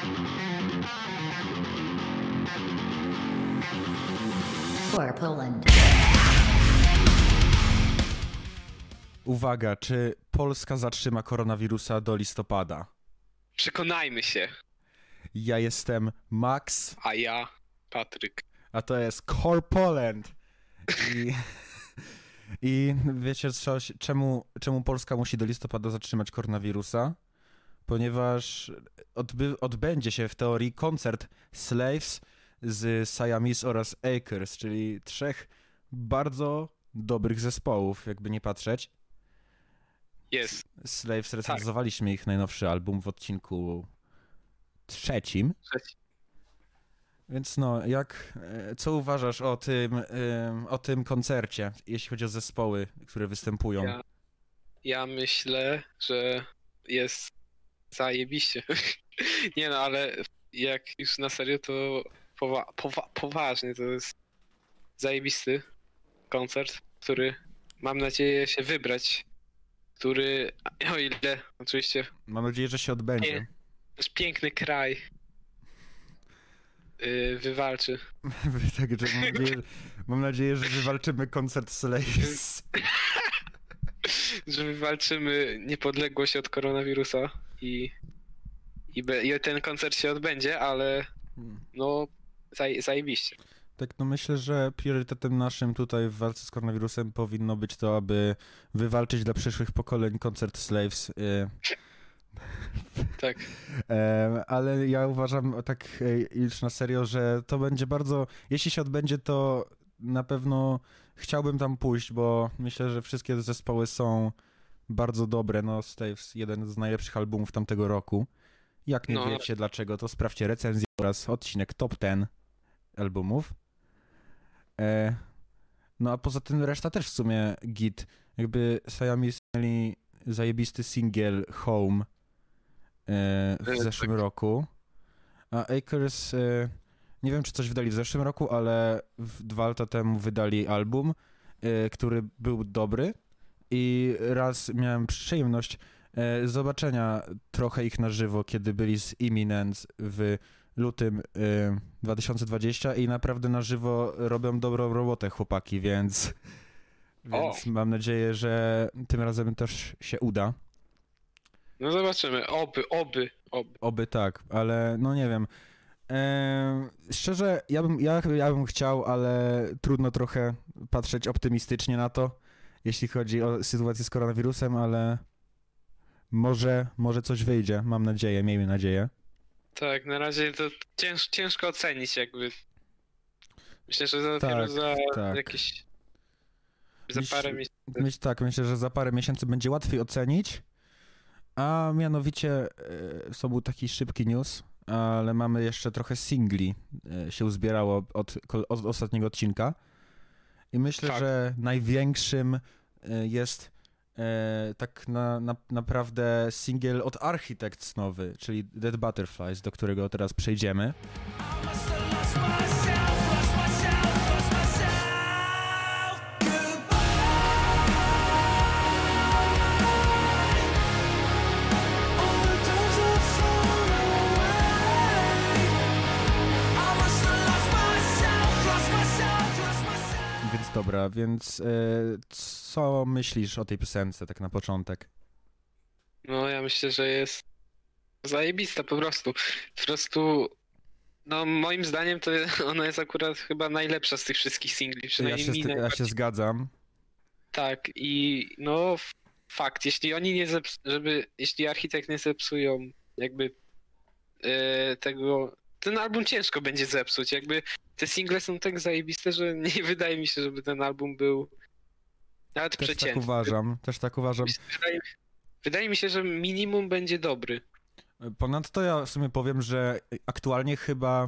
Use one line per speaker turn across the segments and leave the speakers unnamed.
For Poland.
Uwaga, czy Polska zatrzyma koronawirusa do listopada?
Przekonajmy się.
Ja jestem Max,
A ja, Patryk.
a to jest Core Poland. I wiecie coś, czemu Polska musi do listopada zatrzymać koronawirusa? Ponieważ odbędzie się w teorii koncert Slaves z Siamese oraz Acres, czyli 3 bardzo dobrych zespołów, jakby nie patrzeć.
Jest.
Slaves recenzowaliśmy ich najnowszy album w odcinku 3. Więc no, co uważasz o tym koncercie, jeśli chodzi o zespoły, które występują?
Ja myślę, że jest zajebiście. Nie no, ale jak już na serio, to poważnie to jest zajebisty koncert, który mam nadzieję się wybrać, który, o ile oczywiście...
Mam nadzieję, że się odbędzie.
Nasz piękny kraj wywalczy.
Także mam nadzieję, że wywalczymy koncert Slaves.
Że wywalczymy niepodległość od koronawirusa i ten koncert się odbędzie, ale no zajebiście.
Tak, no myślę, że priorytetem naszym tutaj w walce z koronawirusem powinno być to, aby wywalczyć dla przyszłych pokoleń koncert Slaves.
Tak.
Ale ja uważam tak już na serio, że to będzie bardzo... Jeśli się odbędzie, to na pewno chciałbym tam pójść, bo myślę, że wszystkie zespoły są bardzo dobre. No, Slaves, jeden z najlepszych albumów tamtego roku. Jak nie wiecie dlaczego, to sprawdźcie recenzję oraz odcinek Top 10 albumów. No a poza tym reszta też w sumie git. Jakby Siamese mieli zajebisty singiel Home w zeszłym roku. A Acres, nie wiem czy coś wydali w zeszłym roku, ale 2 lata temu wydali album, który był dobry i raz miałem przyjemność zobaczenia trochę ich na żywo, kiedy byli z Imminence w lutym 2020 i naprawdę na żywo robią dobrą robotę chłopaki, więc mam nadzieję, że tym razem też się uda.
No zobaczymy, oby.
Tak, ale no nie wiem. Szczerze, ja bym chciał, ale trudno trochę patrzeć optymistycznie na to, jeśli chodzi o sytuację z koronawirusem, ale może coś wyjdzie, mam nadzieję, miejmy nadzieję.
Tak, na razie to ciężko ocenić jakby. Myślę, że dopiero za jakieś... Za parę miesięcy.
Myślę, że za parę miesięcy będzie łatwiej ocenić. A mianowicie był taki szybki news, ale mamy jeszcze trochę singli się uzbierało od ostatniego odcinka. I myślę, że największym jest tak naprawdę singiel od Architects nowy, czyli Dead Butterflies, do którego teraz przejdziemy. Dobra, więc co myślisz o tej piosence tak na początek?
No ja myślę, że jest zajebista po prostu. Po prostu, no moim zdaniem to ona jest akurat chyba najlepsza z tych wszystkich singli, przynajmniej
ja się zgadzam.
Tak i no fakt, jeśli oni nie jeśli Architekt nie zepsują jakby tego, ten album ciężko będzie zepsuć, jakby te single są tak zajebiste, że nie wydaje mi się, żeby ten album był nawet przeciętny.
Też tak uważam.
Wydaje mi się, że minimum będzie dobry.
Ponadto ja w sumie powiem, że aktualnie chyba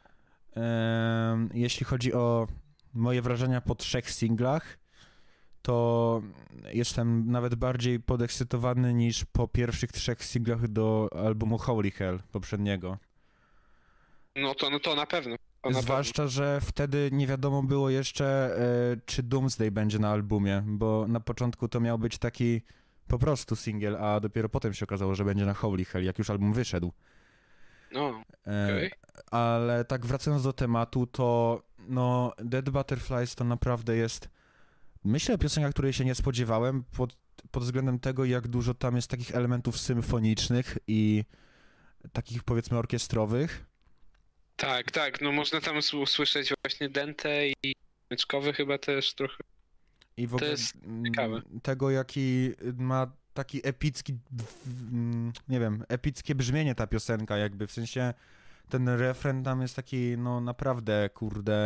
jeśli chodzi o moje wrażenia po 3 singlach, to jestem nawet bardziej podekscytowany niż po pierwszych 3 singlach do albumu Holy Hell poprzedniego.
No to na pewno.
Zwłaszcza, że wtedy nie wiadomo było jeszcze, czy Doomsday będzie na albumie, bo na początku to miał być taki po prostu singiel, a dopiero potem się okazało, że będzie na Holy Hell, jak już album wyszedł.
No,
E,
okej.
Ale tak wracając do tematu, to no Dead Butterflies to naprawdę jest, myślę, piosenka, której się nie spodziewałem pod względem tego, jak dużo tam jest takich elementów symfonicznych i takich powiedzmy orkiestrowych.
Tak, tak, no można tam usłyszeć właśnie dęte i smyczkowy chyba też trochę.
I w
To
ogóle
jest ciekawe.
tego, jaki ma taki epicki, nie wiem, epickie brzmienie ta piosenka jakby, w sensie ten refren tam jest taki, no naprawdę, kurde,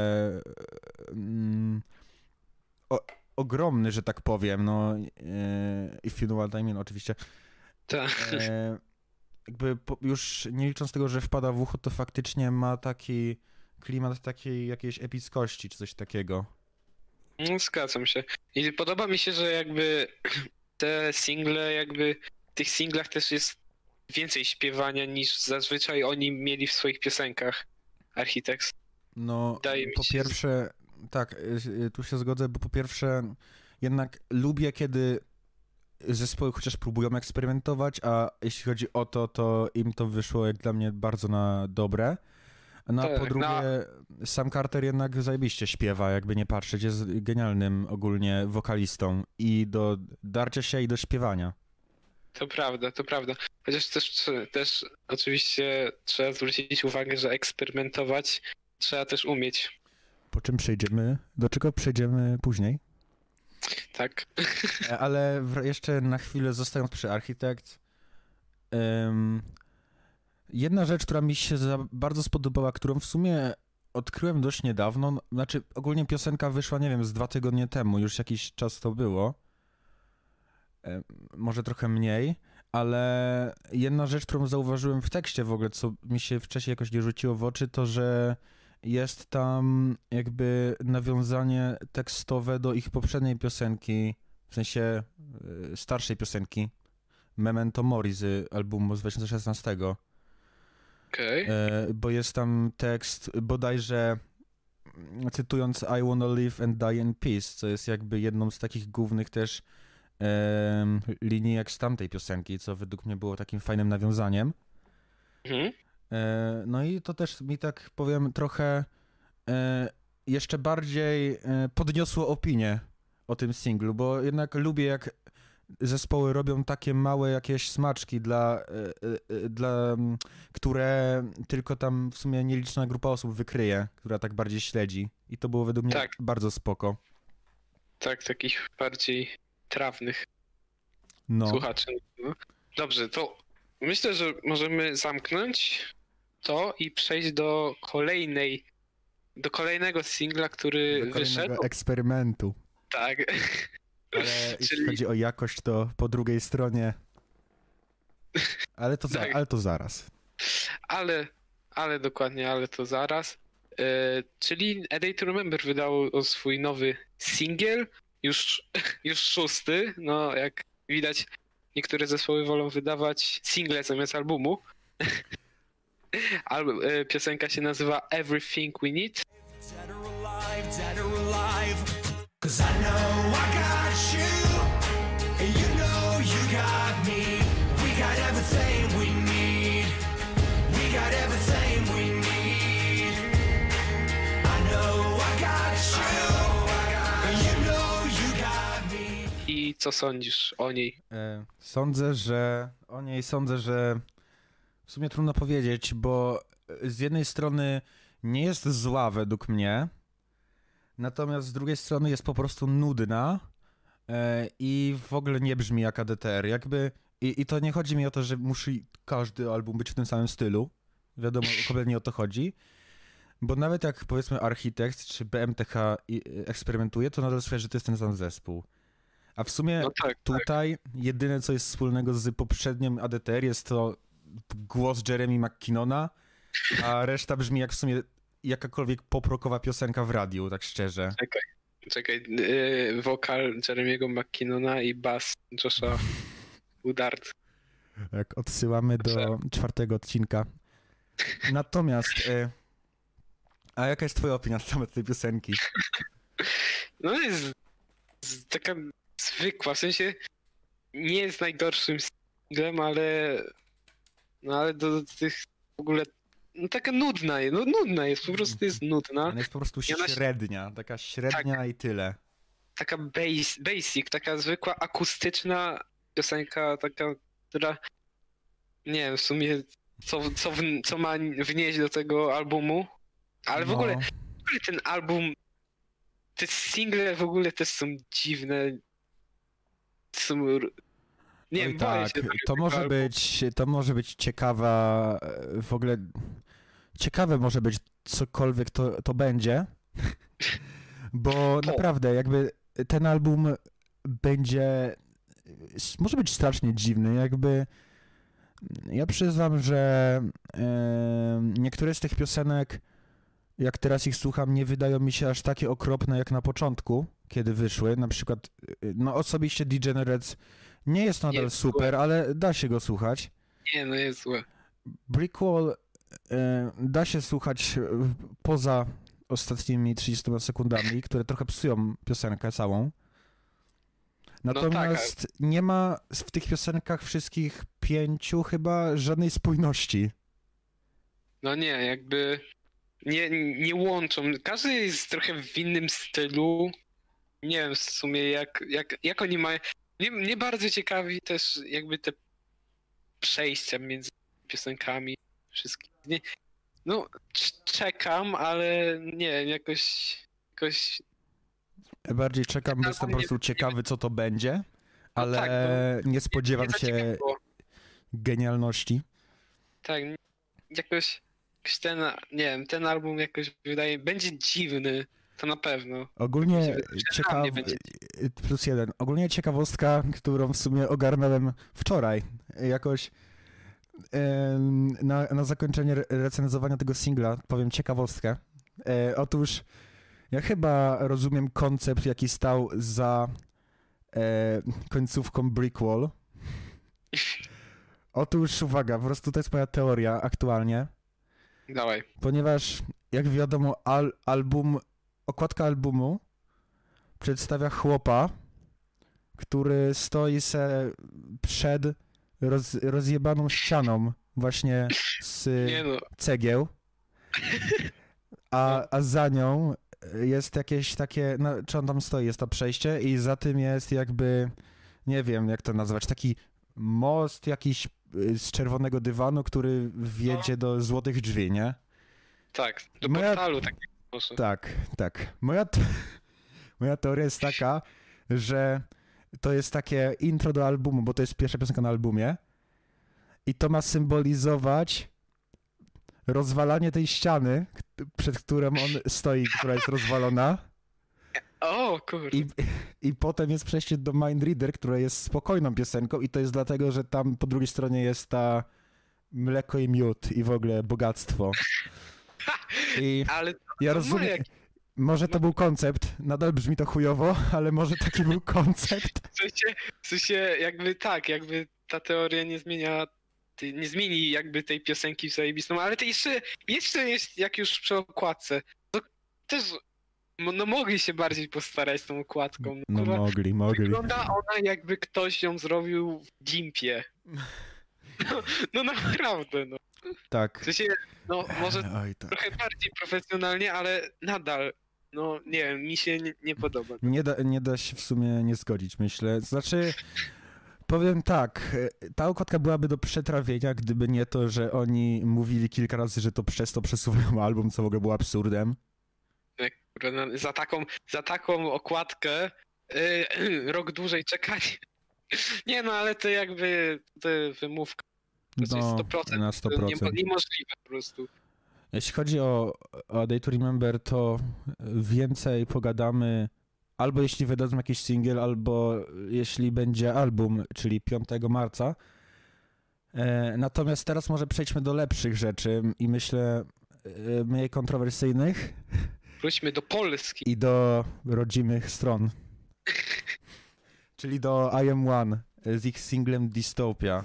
ogromny, że tak powiem, no, if you know what I mean, oczywiście.
Tak.
Jakby już nie licząc tego, że wpada w ucho, to faktycznie ma taki klimat takiej jakiejś epickości, czy coś takiego.
No, zgadzam się. I podoba mi się, że jakby te single, jakby w tych singlach też jest więcej śpiewania niż zazwyczaj oni mieli w swoich piosenkach. Architects.
No,
Wydaje mi
po
się,
pierwsze, tak, tu się zgodzę, bo po pierwsze jednak lubię, kiedy zespoły chociaż próbują eksperymentować, a jeśli chodzi o to, to im to wyszło jak dla mnie bardzo na dobre. No a po
tak,
drugie, Sam Carter jednak zajebiście śpiewa, jakby nie patrzeć, jest genialnym ogólnie wokalistą i do darcia się i do śpiewania.
to prawda, to prawda. Chociaż też oczywiście trzeba zwrócić uwagę, że eksperymentować trzeba też umieć,
Po czym przejdziemy, do czego przejdziemy później.
tak?
Ale jeszcze na chwilę zostając przy Architect, jedna rzecz, która mi się bardzo spodobała, którą w sumie odkryłem dość niedawno, znaczy ogólnie piosenka wyszła, nie wiem, z 2 tygodnie temu, już jakiś czas to było, może trochę mniej, ale jedna rzecz, którą zauważyłem w tekście w ogóle, co mi się wcześniej jakoś nie rzuciło w oczy, to że jest tam jakby nawiązanie tekstowe do ich poprzedniej piosenki, w sensie starszej piosenki, Memento Mori z albumu z 2016.
Okej.
Bo jest tam tekst bodajże cytując I wanna live and die in peace, co jest jakby jedną z takich głównych też linijek z tamtej piosenki, co według mnie było takim fajnym nawiązaniem.
Mhm.
No i to też mi tak powiem trochę jeszcze bardziej podniosło opinię o tym singlu, bo jednak lubię jak zespoły robią takie małe jakieś smaczki które tylko tam w sumie nieliczna grupa osób wykryje, która tak bardziej śledzi. I to było według mnie
Tak.
bardzo spoko.
Tak, takich bardziej trawnych
No,
słuchaczy. No. Dobrze, to myślę, że możemy zamknąć to i przejść do kolejnego singla, który
do
wyszedł.
kolejnego eksperymentu.
Tak.
Ale jeśli
Czyli-
chodzi o jakość, to po drugiej stronie. Ale to,
Tak.
ale to zaraz.
Ale dokładnie, ale to zaraz. Czyli A Day to Remember wydał swój nowy singiel, już 6. No, jak widać, niektóre zespoły wolą wydawać single zamiast albumu. Piosenka się nazywa Everything We Need.
Dead or alive. 'Cause I know I got you, and you know you got me. We got everything we need. We got everything we need. I know I got you, and you know you got me.
I co sądzisz o niej?
Sądzę, że w sumie trudno powiedzieć, bo z jednej strony nie jest zła według mnie, natomiast z drugiej strony jest po prostu nudna i w ogóle nie brzmi jak ADTR. Jakby, i to nie chodzi mi o to, że musi każdy album być w tym samym stylu. Wiadomo, kompletnie o to chodzi. Bo nawet jak powiedzmy Architect czy BMTH eksperymentuje, to nadal słyszę, że to jest ten sam zespół. A w sumie
No tak,
tutaj jedyne, co jest wspólnego z poprzednim ADTR jest to głos Jeremy McKinnona, a reszta brzmi jak w sumie jakakolwiek poprokowa piosenka w radiu, tak szczerze.
Czekaj, wokal Jeremiego McKinnona i bas Josha Woodard.
Tak, odsyłamy do 4. odcinka. Natomiast, a jaka jest twoja opinia na temat tej piosenki?
No jest taka zwykła, w sensie nie jest najgorszym singlem, ale do tych w ogóle no taka nudna jest, no nudna jest, po prostu jest nudna.
Ona jest po prostu
I ona się-
średnia, taka średnia i tyle.
Taka basic, taka zwykła akustyczna piosenka, taka, która nie wiem w sumie co ma wnieść do tego albumu, ale w
No.
ogóle ten album, te single w ogóle też są dziwne. Są... Nie
Oj,
wiem, boję
tak,
się tego
to może być ciekawa, w ogóle ciekawe może być cokolwiek to będzie, bo naprawdę jakby ten album może być strasznie dziwny, jakby ja przyznam, że niektóre z tych piosenek, jak teraz ich słucham, nie wydają mi się aż takie okropne jak na początku, kiedy wyszły, na przykład, no osobiście Degenerates nie jest nadal
Jest
super,
złe.
ale da się go słuchać.
Nie, no jest złe.
Brickwall da się słuchać poza ostatnimi 30 sekundami, które trochę psują piosenkę całą. Natomiast nie ma w tych piosenkach wszystkich 5 chyba żadnej spójności.
No nie, jakby nie łączą. Każdy jest trochę w innym stylu. Nie wiem w sumie jak oni mają. Mnie bardzo ciekawi też jakby te przejścia między piosenkami wszystkimi. No czekam, ale nie wiem, jakoś
Bardziej czekam, bo jestem po prostu ciekawy, co to będzie, ale
tak,
nie spodziewam
mnie
się
zaciekawiło.
genialności.
Tak, jakoś ten, nie wiem, ten album jakoś będzie dziwny, to na pewno.
Ogólnie
Dla mnie będzie
+1. Ogólnie ciekawostka, którą w sumie ogarnąłem wczoraj. Jakoś na zakończenie recenzowania tego singla powiem ciekawostkę. Otóż ja chyba rozumiem koncept, jaki stał za końcówką Brickwall. Otóż uwaga, po prostu to jest moja teoria aktualnie.
Dawaj.
Ponieważ, jak wiadomo, okładka albumu przedstawia chłopa, który stoi przed rozjebaną ścianą właśnie z
Nie no,
cegieł, a za nią jest jakieś takie, no, czy on tam stoi, jest to przejście i za tym jest jakby, nie wiem jak to nazwać, taki most jakiś z czerwonego dywanu, który wiedzie do złotych drzwi, nie?
tak, do
Moja-
portalu tak proszę.
Tak. Moja teoria jest taka, że to jest takie intro do albumu, bo to jest pierwsza piosenka na albumie i to ma symbolizować rozwalanie tej ściany, przed którą on stoi, która jest rozwalona
O kurde.
i potem jest przejście do Mind Reader, która jest spokojną piosenką i to jest dlatego, że tam po drugiej stronie jest ta mleko i miód i w ogóle bogactwo. I
Ale
ja
to
rozumiem,
jak-
może to był koncept, nadal brzmi to chujowo, ale może taki był koncept.
w sensie jakby tak, jakby ta teoria nie zmieni jakby tej piosenki w zajebistą, ale to jeszcze jest jak już przy okładce, to też no mogli się bardziej postarać z tą okładką.
No
Kurwa,
mogli.
wygląda ona jakby ktoś ją zrobił w Gimpie. No naprawdę, no.
Tak.
W sensie, no może
Oj, tak.
trochę bardziej profesjonalnie, ale nadal, no nie wiem, mi się nie podoba.
Nie da się w sumie nie zgodzić, myślę. Znaczy, powiem tak, ta okładka byłaby do przetrawienia, gdyby nie to, że oni mówili kilka razy, że to przez to przesuwają album, co w ogóle było absurdem.
Kurwa, no, za taką okładkę rok dłużej czekać. Nie no, ale to jakby to wymówka. To jest 100%.
na 100%.
Niemożliwe po prostu.
Jeśli chodzi o A Day to Remember, to więcej pogadamy albo jeśli wydadzą jakiś singiel, albo jeśli będzie album, czyli 5 marca. Natomiast teraz może przejdźmy do lepszych rzeczy i myślę mniej kontrowersyjnych
Wróćmy do Polski.
i do rodzimych stron. Czyli do I Am One z ich singlem Dystopia.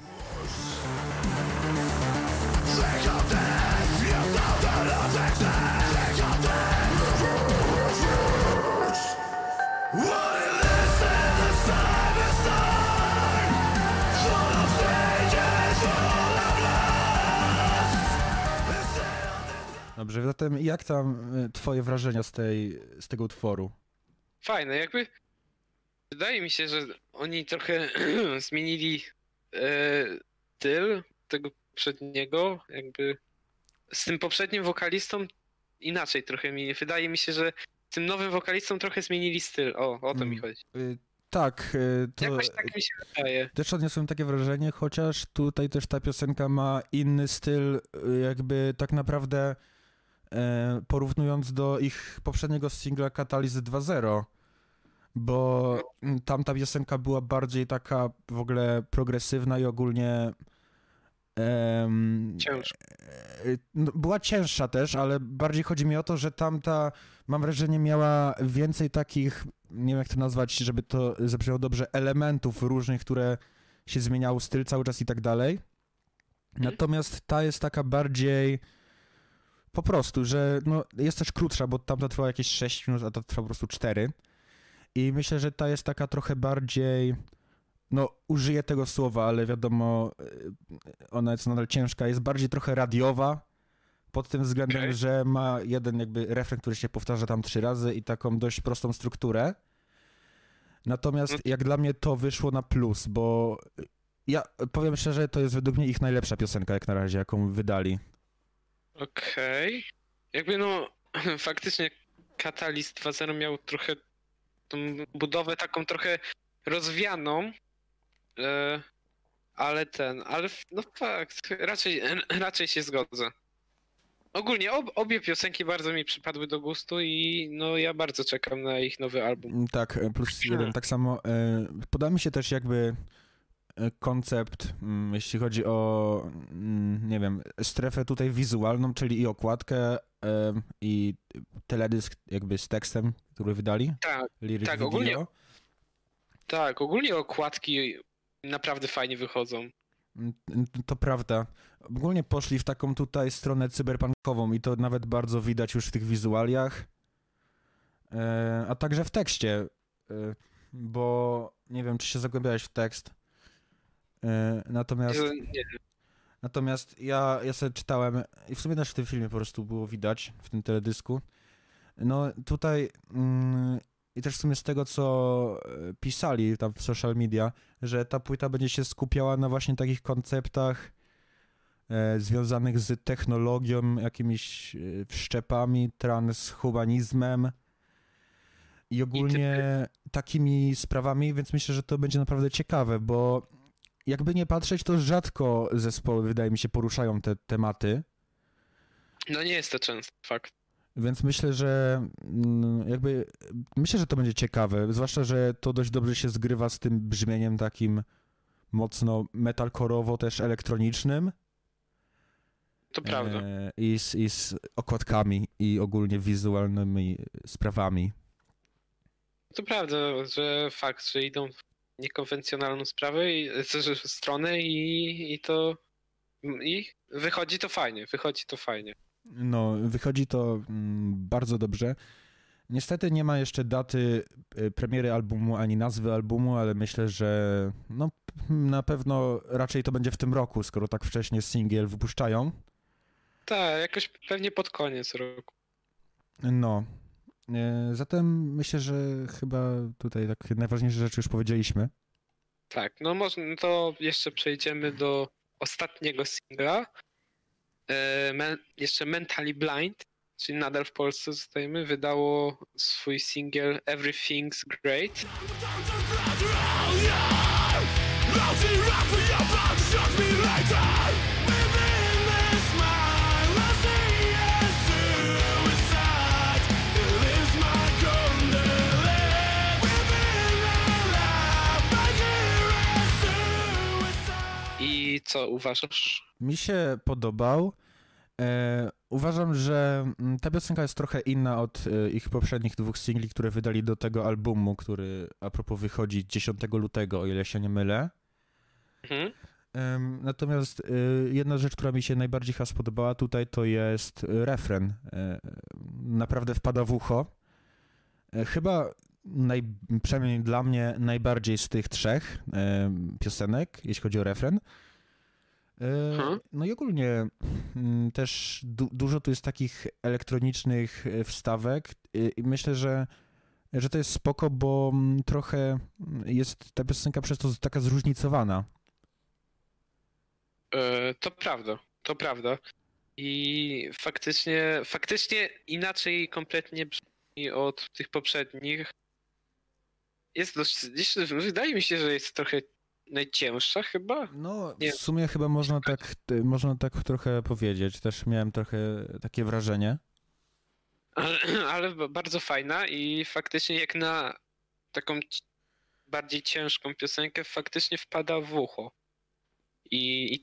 Dobrze, zatem jak tam twoje wrażenia z tego utworu?
Fajne, jakby wydaje mi się, że oni trochę zmienili styl tego poprzedniego, jakby z tym poprzednim wokalistą inaczej trochę wydaje mi się, że z tym nowym wokalistą trochę zmienili styl. O to mi chodzi.
Tak, to
Jakoś tak mi się wydaje.
też odniosłem takie wrażenie, chociaż tutaj też ta piosenka ma inny styl, jakby tak naprawdę porównując do ich poprzedniego singla Catalyst 2.0, bo tamta piosenka była bardziej taka w ogóle progresywna i ogólnie
Ciężko.
była cięższa też, ale bardziej chodzi mi o to, że tamta, mam wrażenie, miała więcej takich, nie wiem jak to nazwać, żeby to zabrzmiało dobrze, elementów różnych, które się zmieniało styl cały czas i tak dalej. Natomiast ta jest taka bardziej po prostu, że no, jest też krótsza, bo tamta trwała jakieś 6 minut, a ta trwa po prostu 4. I myślę, że ta jest taka trochę bardziej, no użyję tego słowa, ale wiadomo, ona jest nadal ciężka, jest bardziej trochę radiowa, pod tym względem, że ma jeden jakby refren, który się powtarza tam 3 razy i taką dość prostą strukturę. Natomiast jak dla mnie to wyszło na plus, bo ja powiem szczerze, to jest według mnie ich najlepsza piosenka jak na razie, jaką wydali.
Okej. Jakby no faktycznie Catalyst 2.0 miał trochę tą budowę taką trochę rozwianą, ale no fakt, raczej się zgodzę. Ogólnie obie piosenki bardzo mi przypadły do gustu i no ja bardzo czekam na ich nowy album.
Tak, plus jeden. Tak samo podoba mi się też jakby koncept, jeśli chodzi o, nie wiem, strefę tutaj wizualną, czyli i okładkę i teledysk jakby z tekstem, który wydali.
Tak,
Lyric
tak,
video.
ogólnie okładki naprawdę fajnie wychodzą.
To prawda. Ogólnie poszli w taką tutaj stronę cyberpunkową i to nawet bardzo widać już w tych wizualiach, a także w tekście, bo nie wiem, czy się zagłębiałeś w tekst, natomiast ja sobie czytałem i w sumie też w tym filmie po prostu było widać, w tym teledysku, no tutaj i też w sumie z tego, co pisali tam w social media, że ta płyta będzie się skupiała na właśnie takich konceptach związanych z technologią, jakimiś wszczepami, transhumanizmem i ogólnie takimi sprawami, więc myślę, że to będzie naprawdę ciekawe, bo jakby nie patrzeć, to rzadko zespoły, wydaje mi się, poruszają te tematy.
No nie jest to często, fakt.
Więc myślę, że to będzie ciekawe, zwłaszcza, że to dość dobrze się zgrywa z tym brzmieniem takim mocno metalkorowo też elektronicznym.
To prawda.
I z okładkami i ogólnie wizualnymi sprawami.
To prawda, że fakt, że idą w niekonwencjonalną sprawę stronę i wychodzi to fajnie.
No, wychodzi to bardzo dobrze. Niestety nie ma jeszcze daty premiery albumu ani nazwy albumu, ale myślę, że no, na pewno raczej to będzie w tym roku, skoro tak wcześnie singiel wypuszczają.
Tak, jakoś pewnie pod koniec roku.
No, zatem myślę, że chyba tutaj tak najważniejsze rzeczy już powiedzieliśmy.
Tak, no może to jeszcze przejdziemy do ostatniego singla. Jeszcze Mentally Blind, czyli nadal w Polsce zostajemy, wydało swój singiel Everything's Great. I co uważasz?
Mi się podobał. Uważam, że ta piosenka jest trochę inna od ich poprzednich 2 singli, które wydali do tego albumu, który a propos wychodzi 10 lutego, o ile się nie mylę.
Mhm.
Natomiast jedna rzecz, która mi się najbardziej chyba spodobała tutaj, to jest refren. Naprawdę wpada w ucho. Chyba przynajmniej dla mnie najbardziej z tych 3 piosenek, jeśli chodzi o refren. No i ogólnie też dużo tu jest takich elektronicznych wstawek i myślę, że to jest spoko, bo trochę jest ta piosenka przez to taka zróżnicowana.
To prawda. I faktycznie inaczej kompletnie brzmi od tych poprzednich. Jest wydaje mi się, że jest trochę najcięższa chyba.
No,
Nie.
w sumie chyba można tak trochę powiedzieć. Też miałem trochę takie wrażenie.
Ale bardzo fajna i faktycznie jak na taką bardziej ciężką piosenkę faktycznie wpada w ucho. I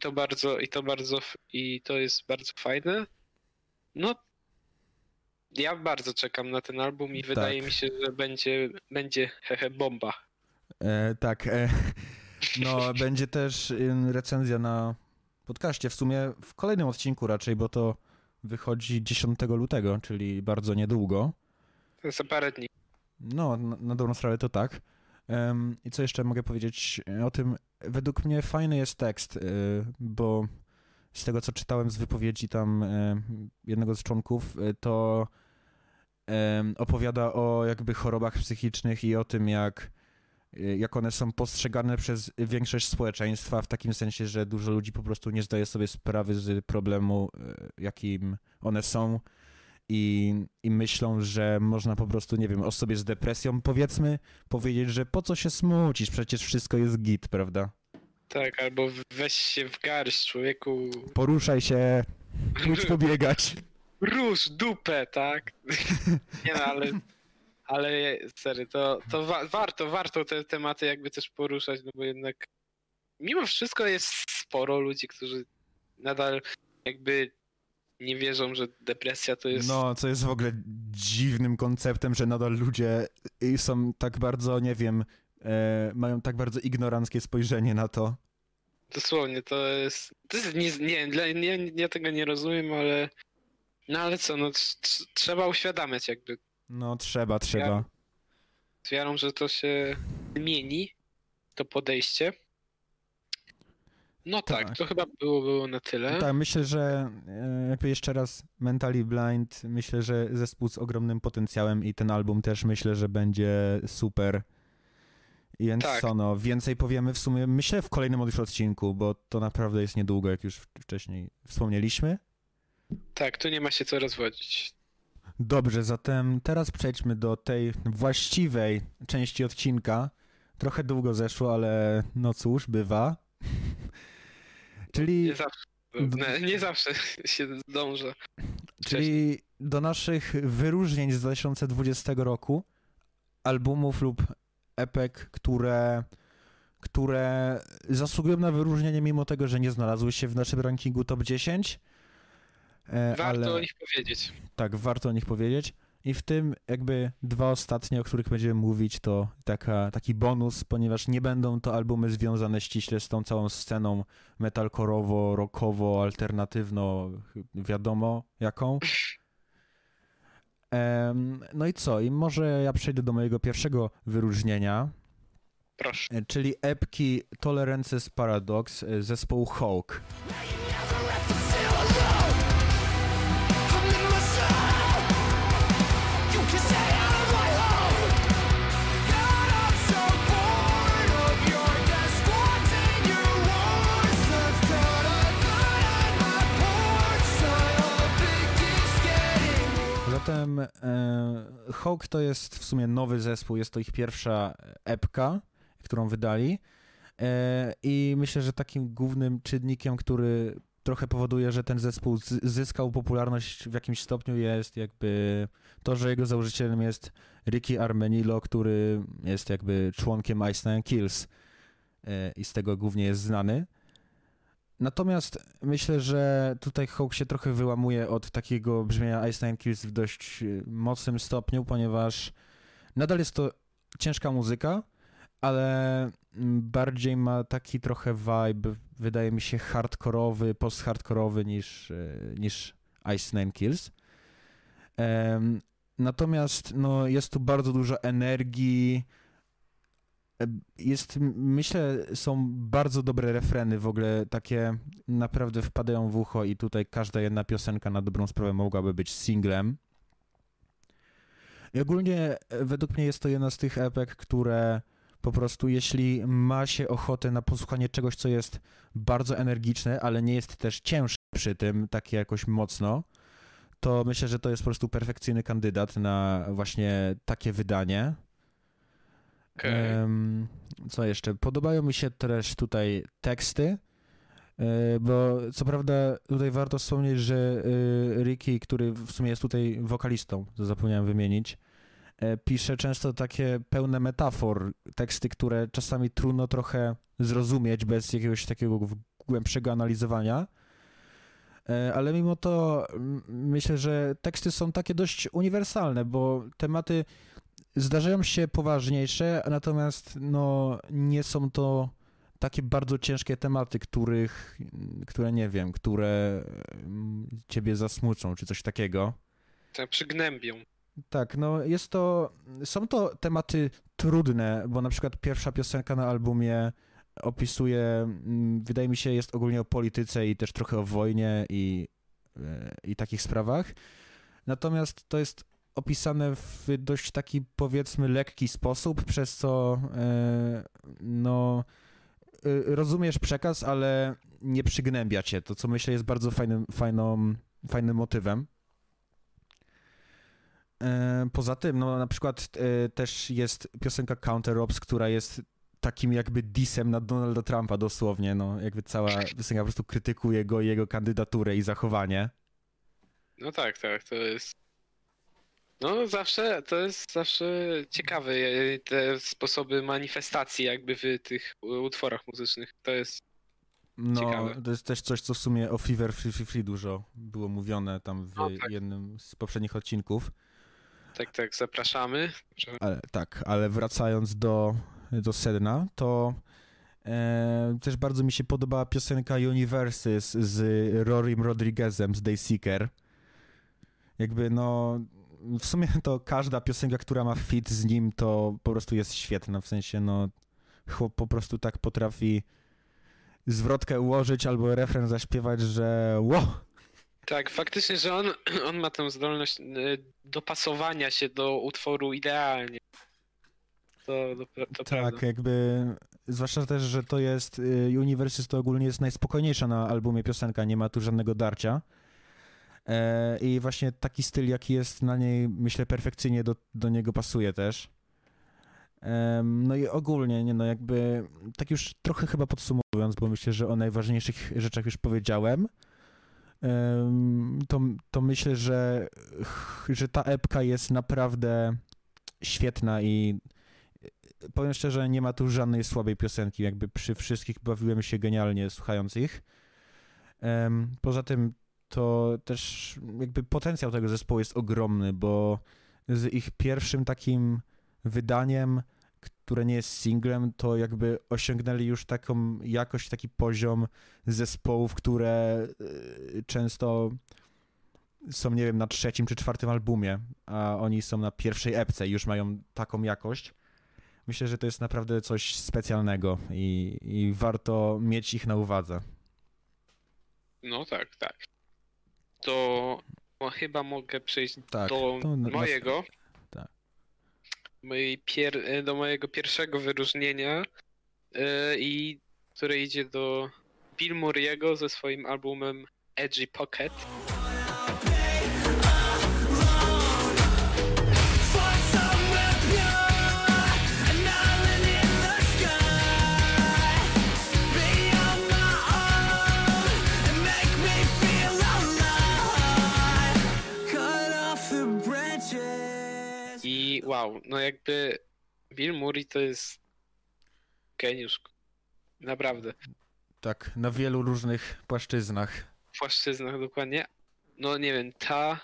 to jest bardzo fajne. No, ja bardzo czekam na ten album i wydaje mi się, że będzie bomba.
Tak. No, będzie też recenzja na podcaście. W sumie w kolejnym odcinku raczej, bo to wychodzi 10 lutego, czyli bardzo niedługo.
To za parę dni.
No, na dobrą sprawę to tak. I co jeszcze mogę powiedzieć o tym? Według mnie fajny jest tekst, bo z tego, co czytałem z wypowiedzi tam jednego z członków, to opowiada o jakby chorobach psychicznych i o tym, jak one są postrzegane przez większość społeczeństwa, w takim sensie, że dużo ludzi po prostu nie zdaje sobie sprawy z problemu, jakim one są i myślą, że można po prostu, nie wiem, osobie z depresją, powiedzmy, powiedzieć, że po co się smucisz, przecież wszystko jest git, prawda?
Tak, albo weź się w garść, człowieku.
Poruszaj się, pójdź pobiegać.
Rusz dupę, tak? Nie no, ale serio, to warto te tematy jakby też poruszać, no bo jednak mimo wszystko jest sporo ludzi, którzy nadal jakby nie wierzą, że depresja to jest...
No, co jest w ogóle dziwnym konceptem, że nadal ludzie są tak bardzo, nie wiem, mają tak bardzo ignoranckie spojrzenie na to.
Dosłownie, to jest ja tego nie rozumiem, ale no ale co, no trzeba uświadamiać jakby.
No, trzeba.
Z wiarą, że to się zmieni, to podejście. No tak, to chyba było na tyle.
Tak, myślę, że jakby jeszcze raz Mentally Blind, myślę, że zespół z ogromnym potencjałem i ten album też myślę, że będzie super. Więc
tak.
co, no, więcej powiemy w sumie, myślę, w kolejnym już odcinku, bo to naprawdę jest niedługo, jak już wcześniej wspomnieliśmy.
Tak, tu nie ma się co rozwodzić.
Dobrze, zatem teraz przejdźmy do tej właściwej części odcinka. Trochę długo zeszło, ale no cóż, bywa. Czyli...
Nie zawsze się zdąża.
Czyli do naszych wyróżnień z 2020 roku, albumów lub epek, które zasługują na wyróżnienie mimo tego, że nie znalazły się w naszym rankingu top 10.
Warto o nich powiedzieć.
Tak, warto o nich powiedzieć. I w tym jakby dwa ostatnie, o których będziemy mówić, to taki bonus, ponieważ nie będą to albumy związane ściśle z tą całą sceną metalcore'owo, rockowo, alternatywno, wiadomo jaką. No i co? I może ja przejdę do mojego pierwszego wyróżnienia.
Proszę.
Czyli epki Tolerance's Paradox zespołu Hawk. Zatem Hawk to jest w sumie nowy zespół, jest to ich pierwsza epka, którą wydali i myślę, że takim głównym czynnikiem, który trochę powoduje, że ten zespół zyskał popularność w jakimś stopniu jest jakby to, że jego założycielem jest Ricky Armenilo, który jest jakby członkiem Ice Nine Kills i z tego głównie jest znany. Natomiast myślę, że tutaj Hawk się trochę wyłamuje od takiego brzmienia Ice Nine Kills w dość mocnym stopniu, ponieważ nadal jest to ciężka muzyka, ale bardziej ma taki trochę vibe, wydaje mi się, hardkorowy, post-hardkorowy niż Ice Nine Kills. Natomiast no, jest tu bardzo dużo energii, myślę, są bardzo dobre refreny w ogóle, takie naprawdę wpadają w ucho i tutaj każda jedna piosenka na dobrą sprawę mogłaby być singlem. I ogólnie według mnie jest to jedna z tych epek, które po prostu jeśli ma się ochotę na posłuchanie czegoś, co jest bardzo energiczne, ale nie jest też ciężkie przy tym, takie jakoś mocno, to myślę, że to jest po prostu perfekcyjny kandydat na właśnie takie wydanie.
Okay.
Co jeszcze? Podobają mi się też tutaj teksty, bo co prawda tutaj warto wspomnieć, że Ricky, który w sumie jest tutaj wokalistą, to zapomniałem wymienić, pisze często takie pełne metafor, teksty, które czasami trudno trochę zrozumieć bez jakiegoś takiego głębszego analizowania, ale mimo to myślę, że teksty są takie dość uniwersalne, bo tematy zdarzają się poważniejsze, natomiast no, nie są to takie bardzo ciężkie tematy, które nie wiem, które ciebie zasmucą, czy coś takiego.
Tak przygnębią.
Tak, no są to tematy trudne, bo na przykład pierwsza piosenka na albumie opisuje, wydaje mi się, jest ogólnie o polityce i też trochę o wojnie i takich sprawach. Natomiast to jest opisane w dość taki, powiedzmy, lekki sposób, przez co no rozumiesz przekaz, ale nie przygnębia cię, to co myślę jest bardzo fajnym motywem. Poza tym, no na przykład też jest piosenka Counter Ops, która jest takim jakby dissem na Donalda Trumpa dosłownie, no jakby cała piosenka po prostu krytykuje go i jego kandydaturę i zachowanie.
No tak, to jest... No to jest zawsze ciekawe, te sposoby manifestacji jakby w tych utworach muzycznych, to jest ciekawe.
To jest też coś, co w sumie o Fever Free dużo było mówione tam w
tak.
jednym z poprzednich odcinków.
Tak, zapraszamy.
Ale wracając do sedna, to też bardzo mi się podobała piosenka Universes z Rorym Rodriguezem z Dayseeker. Jakby no, w sumie to każda piosenka, która ma feat z nim, to po prostu jest świetna, w sensie no, chłop po prostu tak potrafi zwrotkę ułożyć albo refren zaśpiewać, że wow!
Tak, faktycznie, że on ma tę zdolność dopasowania się do utworu idealnie. To
tak,
prawda.
jakby, zwłaszcza też, że to jest, Universes to ogólnie jest najspokojniejsza na albumie piosenka, nie ma tu żadnego darcia. I właśnie taki styl, jaki jest na niej, myślę, perfekcyjnie do niego pasuje też. No i ogólnie, nie no, jakby, tak już trochę chyba podsumowując, bo myślę, że o najważniejszych rzeczach już powiedziałem, to myślę, że ta epka jest naprawdę świetna i powiem szczerze, nie ma tu żadnej słabej piosenki, jakby przy wszystkich bawiłem się genialnie słuchając ich. Poza tym to też jakby potencjał tego zespołu jest ogromny, bo z ich pierwszym takim wydaniem, które nie jest singlem, to jakby osiągnęli już taką jakość, taki poziom zespołów, które często są, nie wiem, na 3. czy 4. albumie, a oni są na pierwszej epce i już mają taką jakość. Myślę, że to jest naprawdę coś specjalnego i warto mieć ich na uwadze.
No tak. To chyba mogę przejść
Tak,
do mojego.
Tak.
Do mojego pierwszego wyróżnienia, i które idzie do Bill Murray'ego ze swoim albumem Edgy Pocket. I wow, no jakby Bill Murray to jest geniusz. Naprawdę.
Tak, na wielu różnych płaszczyznach.
Dokładnie. No nie wiem,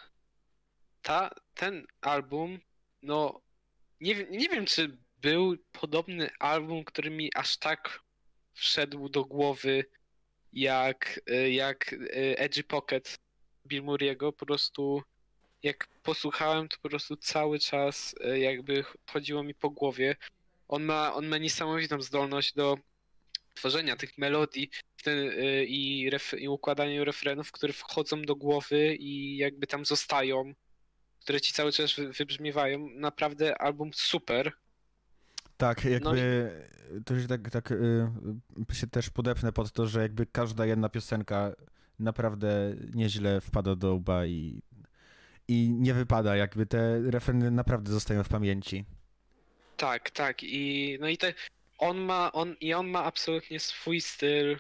ten album, no nie wiem, czy był podobny album, który mi aż tak wszedł do głowy jak Edgy Pocket Bill Murray'ego. Po prostu jak posłuchałem, to po prostu cały czas jakby chodziło mi po głowie. on ma niesamowitą zdolność do tworzenia tych melodii i układania refrenów, które wchodzą do głowy i jakby tam zostają, które ci cały czas wybrzmiewają. Naprawdę album super.
Tak, jakby to się tak się też podepnę pod to, że jakby każda jedna piosenka naprawdę nieźle wpada do łba i nie wypada, jakby te refreny naprawdę zostają w pamięci.
Tak. On ma absolutnie swój styl.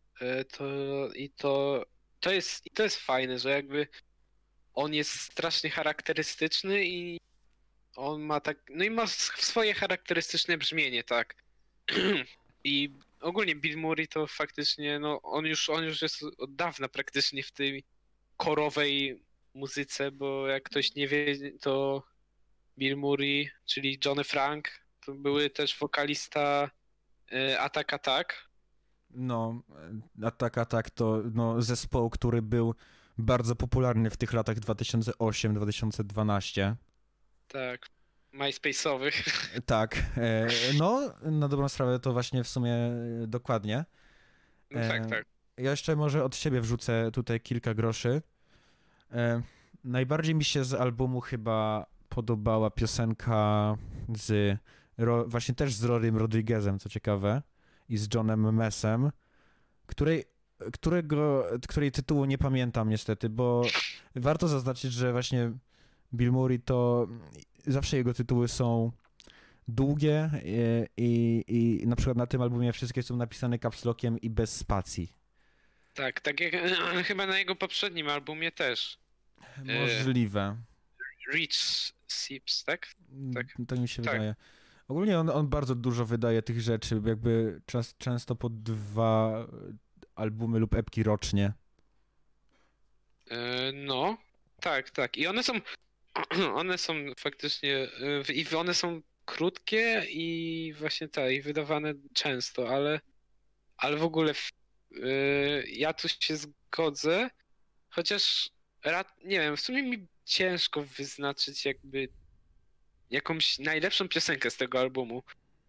To jest fajne, że jakby on jest strasznie charakterystyczny i on ma ma swoje charakterystyczne brzmienie, tak. I ogólnie Bill Murray to faktycznie, no on już jest od dawna praktycznie w tej korowej muzyce, bo jak ktoś nie wie, to Bill Murray, czyli Johnny Frank, to były też wokalista Attack Attack.
No, Attack to zespoł, który był bardzo popularny w tych latach 2008-2012.
Tak, MySpace'owych.
Tak, no na dobrą sprawę to właśnie w sumie dokładnie.
No tak.
Ja jeszcze może od siebie wrzucę tutaj kilka groszy. Najbardziej mi się z albumu chyba podobała piosenka właśnie też z Rorym Rodriguezem, co ciekawe, i z Johnem Messem, której tytułu nie pamiętam niestety, bo warto zaznaczyć, że właśnie Bill Murray to zawsze jego tytuły są długie i na przykład na tym albumie wszystkie są napisane caps lockiem i bez spacji.
Tak jak chyba na jego poprzednim albumie też.
Możliwe.
Rich Sips, tak?
Tak mi się wydaje. Ogólnie on bardzo dużo wydaje tych rzeczy, jakby często po 2 albumy lub epki rocznie.
No, tak. I one są faktycznie, i one są krótkie i właśnie i wydawane często, ale w ogóle ja tu się zgodzę, chociaż nie wiem, w sumie mi ciężko wyznaczyć jakby jakąś najlepszą piosenkę z tego albumu.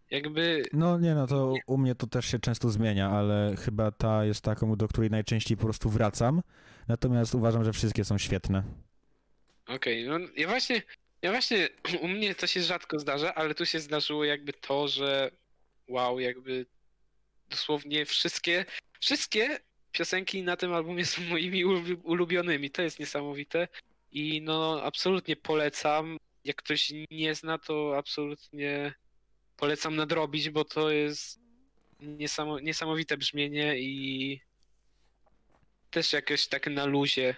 To u mnie to też się często zmienia, ale chyba ta jest taką, do której najczęściej po prostu wracam. Natomiast uważam, że wszystkie są świetne.
Okej, no ja właśnie u mnie to się rzadko zdarza, ale tu się zdarzyło jakby to, że wow, jakby dosłownie wszystkie piosenki na tym albumie są moimi ulubionymi. To jest niesamowite i no absolutnie polecam. Jak ktoś nie zna, to absolutnie polecam nadrobić, bo to jest niesamowite brzmienie i też jakoś tak na luzie,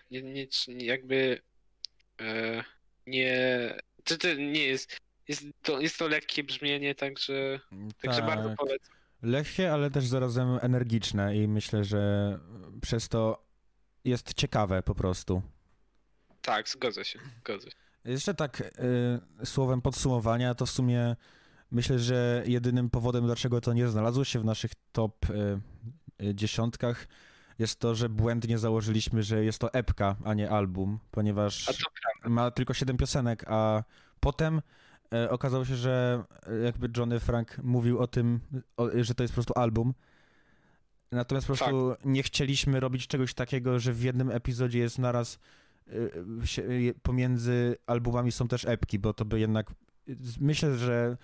nie jest to lekkie brzmienie, także bardzo polecam.
Lekkie, ale też zarazem energiczne i myślę, że przez to jest ciekawe po prostu.
Tak, zgodzę się.
Jeszcze tak słowem podsumowania, to w sumie myślę, że jedynym powodem, dlaczego to nie znalazło się w naszych top 10 jest to, że błędnie założyliśmy, że jest to epka, a nie album, ponieważ ma tylko 7 piosenek, a potem okazało się, że jakby Johnny Frank mówił o tym, że to jest po prostu album. Natomiast po prostu nie chcieliśmy robić czegoś takiego, że w jednym epizodzie jest naraz pomiędzy albumami są też epki, bo to by jednak myślę, że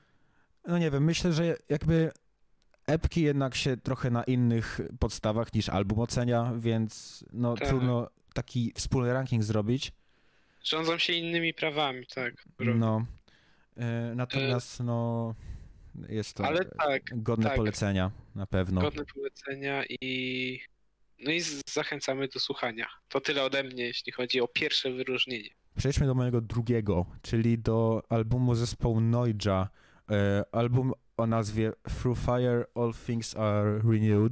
jakby epki jednak się trochę na innych podstawach niż album ocenia, więc trudno taki wspólny ranking zrobić.
Rządzą się innymi prawami, tak.
Natomiast jest to godne polecenia na pewno.
Godne polecenia i zachęcamy do słuchania. To tyle ode mnie, jeśli chodzi o pierwsze wyróżnienie.
Przejdźmy do mojego drugiego, czyli do albumu zespołu Noija. Album o nazwie Through Fire All Things Are Renewed.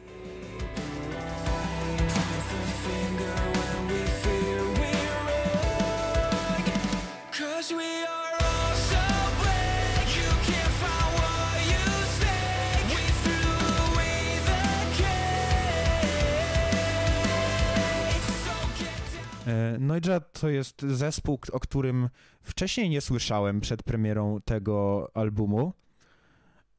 Noija to jest zespół, o którym wcześniej nie słyszałem przed premierą tego albumu.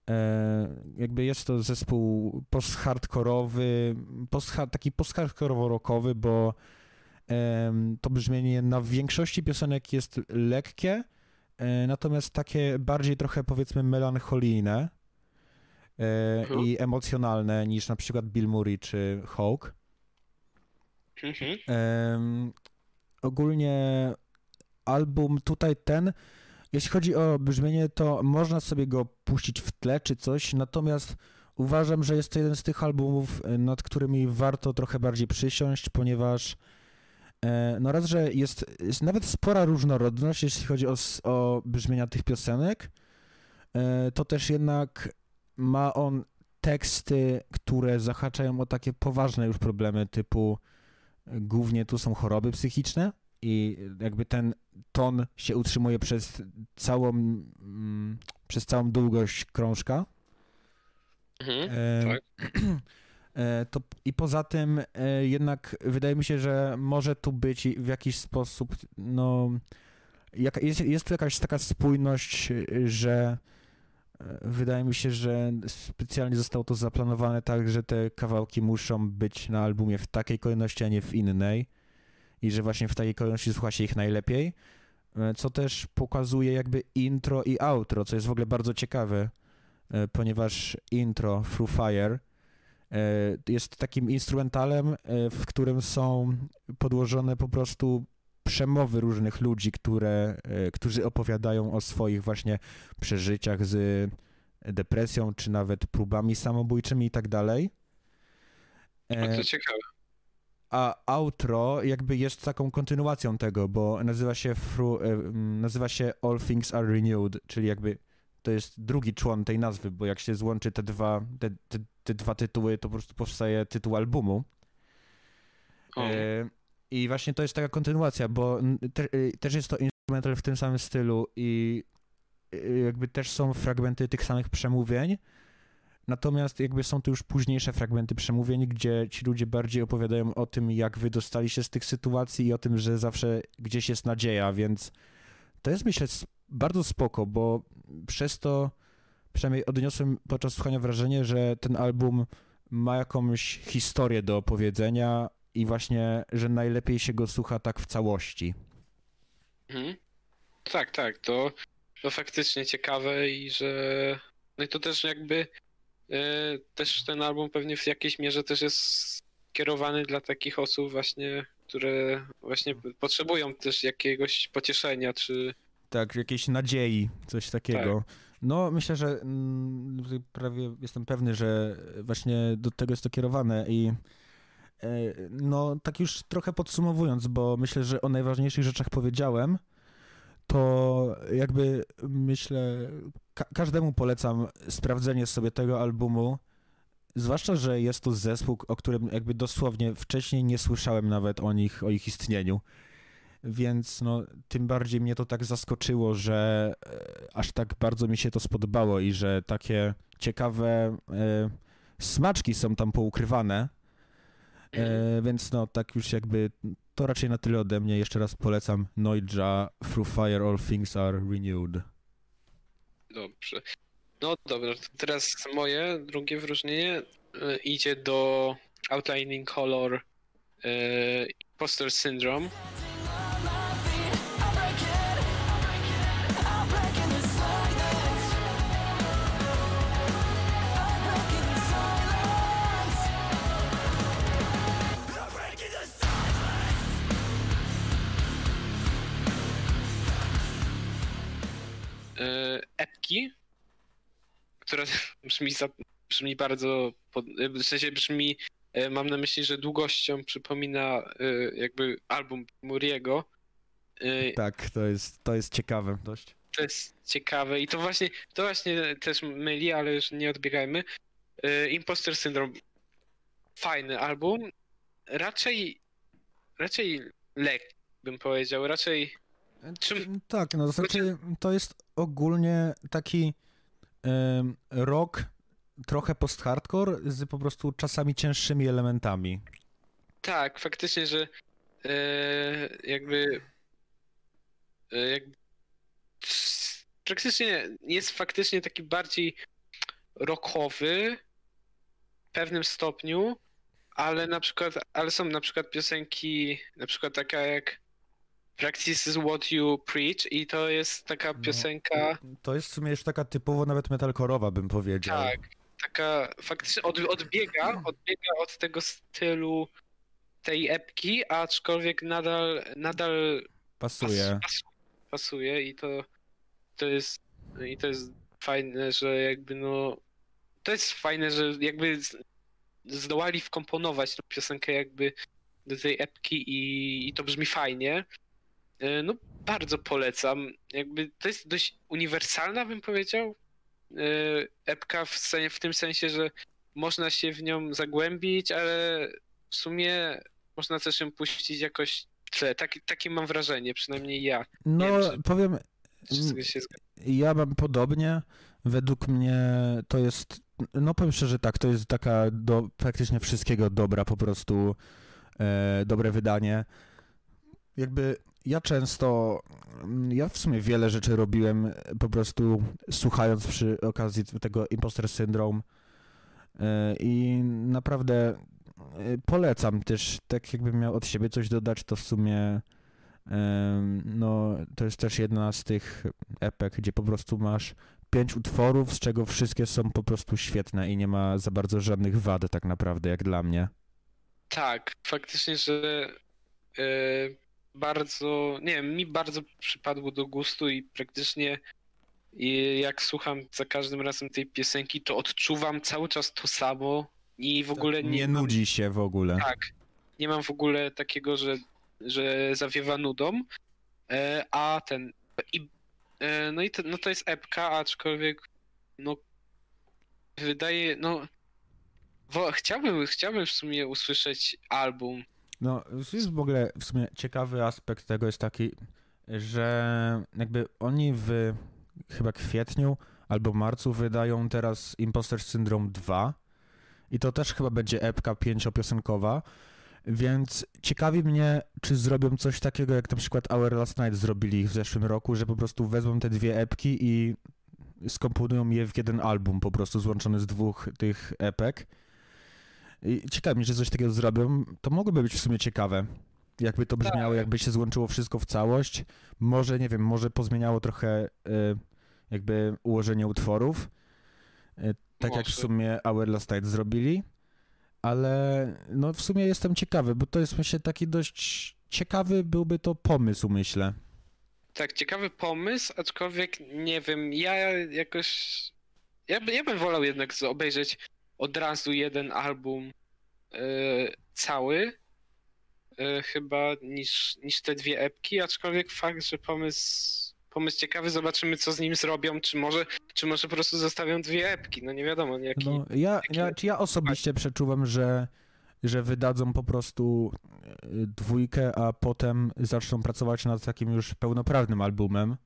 Jakby jest to zespół post-hardkorowy, taki post-hardkorowo-rockowy, bo to brzmienie na większości piosenek jest lekkie, natomiast takie bardziej trochę powiedzmy melancholijne i emocjonalne niż na przykład Bill Murray czy Hawk. Ogólnie album tutaj jeśli chodzi o brzmienie, to można sobie go puścić w tle czy coś, natomiast uważam, że jest to jeden z tych albumów, nad którymi warto trochę bardziej przysiąść, ponieważ no raz, że jest nawet spora różnorodność, jeśli chodzi o brzmienia tych piosenek, to też jednak ma on teksty, które zahaczają o takie poważne już problemy, typu głównie tu są choroby psychiczne i jakby ten ton się utrzymuje przez całą długość krążka.
Tak.
I poza tym jednak wydaje mi się, że może tu być w jakiś sposób, no jest tu jakaś taka spójność, że wydaje mi się, że specjalnie zostało to zaplanowane tak, że te kawałki muszą być na albumie w takiej kolejności, a nie w innej i że właśnie w takiej kolejności słucha się ich najlepiej, co też pokazuje jakby intro i outro, co jest w ogóle bardzo ciekawe, ponieważ intro Through Fire jest takim instrumentalem, w którym są podłożone po prostu przemowy różnych ludzi, którzy opowiadają o swoich właśnie przeżyciach z depresją, czy nawet próbami samobójczymi i tak dalej.
To ciekawe.
A outro jakby jest taką kontynuacją tego, bo nazywa się All Things Are Renewed, czyli jakby to jest drugi człon tej nazwy, bo jak się złączy te dwa tytuły, to po prostu powstaje tytuł albumu. I właśnie to jest taka kontynuacja, bo też jest to instrumental w tym samym stylu i jakby też są fragmenty tych samych przemówień, natomiast jakby są to już późniejsze fragmenty przemówień, gdzie ci ludzie bardziej opowiadają o tym, jak wydostali się z tych sytuacji i o tym, że zawsze gdzieś jest nadzieja, więc to jest, myślę, bardzo spoko, bo przez to przynajmniej odniosłem podczas słuchania wrażenie, że ten album ma jakąś historię do opowiedzenia i właśnie, że najlepiej się go słucha tak w całości.
Tak, to faktycznie ciekawe i że no i to też jakby też ten album pewnie w jakiejś mierze też jest skierowany dla takich osób właśnie, które właśnie potrzebują też jakiegoś pocieszenia, czy...
Tak, jakiejś nadziei, coś takiego. Tak. No, myślę, że prawie jestem pewny, że właśnie do tego jest to kierowane i no, tak już trochę podsumowując, bo myślę, że o najważniejszych rzeczach powiedziałem, to jakby myślę, każdemu polecam sprawdzenie sobie tego albumu, zwłaszcza, że jest to zespół, o którym jakby dosłownie wcześniej nie słyszałem nawet o ich istnieniu. Więc no, tym bardziej mnie to tak zaskoczyło, że aż tak bardzo mi się to spodobało i że takie ciekawe smaczki są tam poukrywane. Więc no, tak już jakby to raczej na tyle ode mnie. Jeszcze raz polecam Noidja, Through Fire All Things Are Renewed.
Dobrze. No dobra, to teraz moje drugie wyróżnienie idzie do Outlining Color Imposter Syndrome. Epki, która brzmi bardzo, w sensie brzmi, mam na myśli, że długością przypomina jakby album Muriego.
Tak, to jest ciekawe dość.
To jest ciekawe i to właśnie też myli, ale już nie odbiegajmy. Imposter Syndrome, fajny album, raczej lekki, bym powiedział, raczej...
Tak, no to znaczy to jest ogólnie taki rock, trochę post-hardcore z po prostu czasami cięższymi elementami.
Tak, faktycznie, że jakby praktycznie jest faktycznie taki bardziej rockowy w pewnym stopniu, ale są na przykład piosenki, na przykład taka jak Practice is what you preach i to jest taka piosenka...
To jest w sumie już taka typowo nawet metalcore'owa, bym powiedział.
Tak, taka faktycznie odbiega od tego stylu tej epki, aczkolwiek nadal pasuje to jest fajne, że jakby to jest fajne, że jakby zdołali wkomponować tę piosenkę jakby do tej epki i to brzmi fajnie. No bardzo polecam. Jakby to jest dość uniwersalna, bym powiedział, epka w tym sensie, że można się w nią zagłębić, ale w sumie można też ją puścić jakoś w tle. Takie mam wrażenie, przynajmniej ja.
No,
nie wiem,
powiem,
się
ja mam podobnie. Według mnie to jest, no powiem szczerze tak, to jest taka do praktycznie wszystkiego dobra po prostu, dobre wydanie. Jakby ja w sumie wiele rzeczy robiłem po prostu słuchając przy okazji tego Imposter Syndrome i naprawdę polecam też, tak jakbym miał od siebie coś dodać, to w sumie no to jest też jedna z tych epek, gdzie po prostu masz 5 utworów, z czego wszystkie są po prostu świetne i nie ma za bardzo żadnych wad tak naprawdę, jak dla mnie.
Tak, faktycznie, że bardzo, nie wiem, mi bardzo przypadło do gustu i praktycznie jak słucham za każdym razem tej piosenki, to odczuwam cały czas to samo i w ogóle
nie nudzi się w ogóle.
Tak, nie mam w ogóle takiego, że zawiewa nudą, a no to jest epka, aczkolwiek no wydaje, chciałbym w sumie usłyszeć album.
No, jest w ogóle w sumie ciekawy aspekt tego jest taki, że jakby oni w chyba kwietniu albo marcu wydają teraz Imposter Syndrome 2 i to też chyba będzie epka 5-piosenkowa, więc ciekawi mnie, czy zrobią coś takiego, jak na przykład Our Last Night zrobili w zeszłym roku, że po prostu wezmą te dwie epki i skomponują je w jeden album, po prostu złączony z dwóch tych epek. I ciekawi mnie, że coś takiego zrobią, to mogłoby być w sumie ciekawe. Jakby to brzmiało, jakby się złączyło wszystko w całość. Może, nie wiem, może pozmieniało trochę jakby ułożenie utworów. Tak jak w sumie Our Last Night zrobili. Ale no w sumie jestem ciekawy, bo to jest myślę taki dość ciekawy byłby to pomysł, myślę.
Tak, ciekawy pomysł, aczkolwiek nie wiem, ja bym wolał jednak obejrzeć od razu jeden album cały, chyba niż te dwie epki, aczkolwiek fakt, że pomysł ciekawy, zobaczymy co z nim zrobią, czy może po prostu zostawią dwie epki, no nie wiadomo.
Ja osobiście przeczuwam, że wydadzą po prostu dwójkę, a potem zaczną pracować nad takim już pełnoprawnym albumem.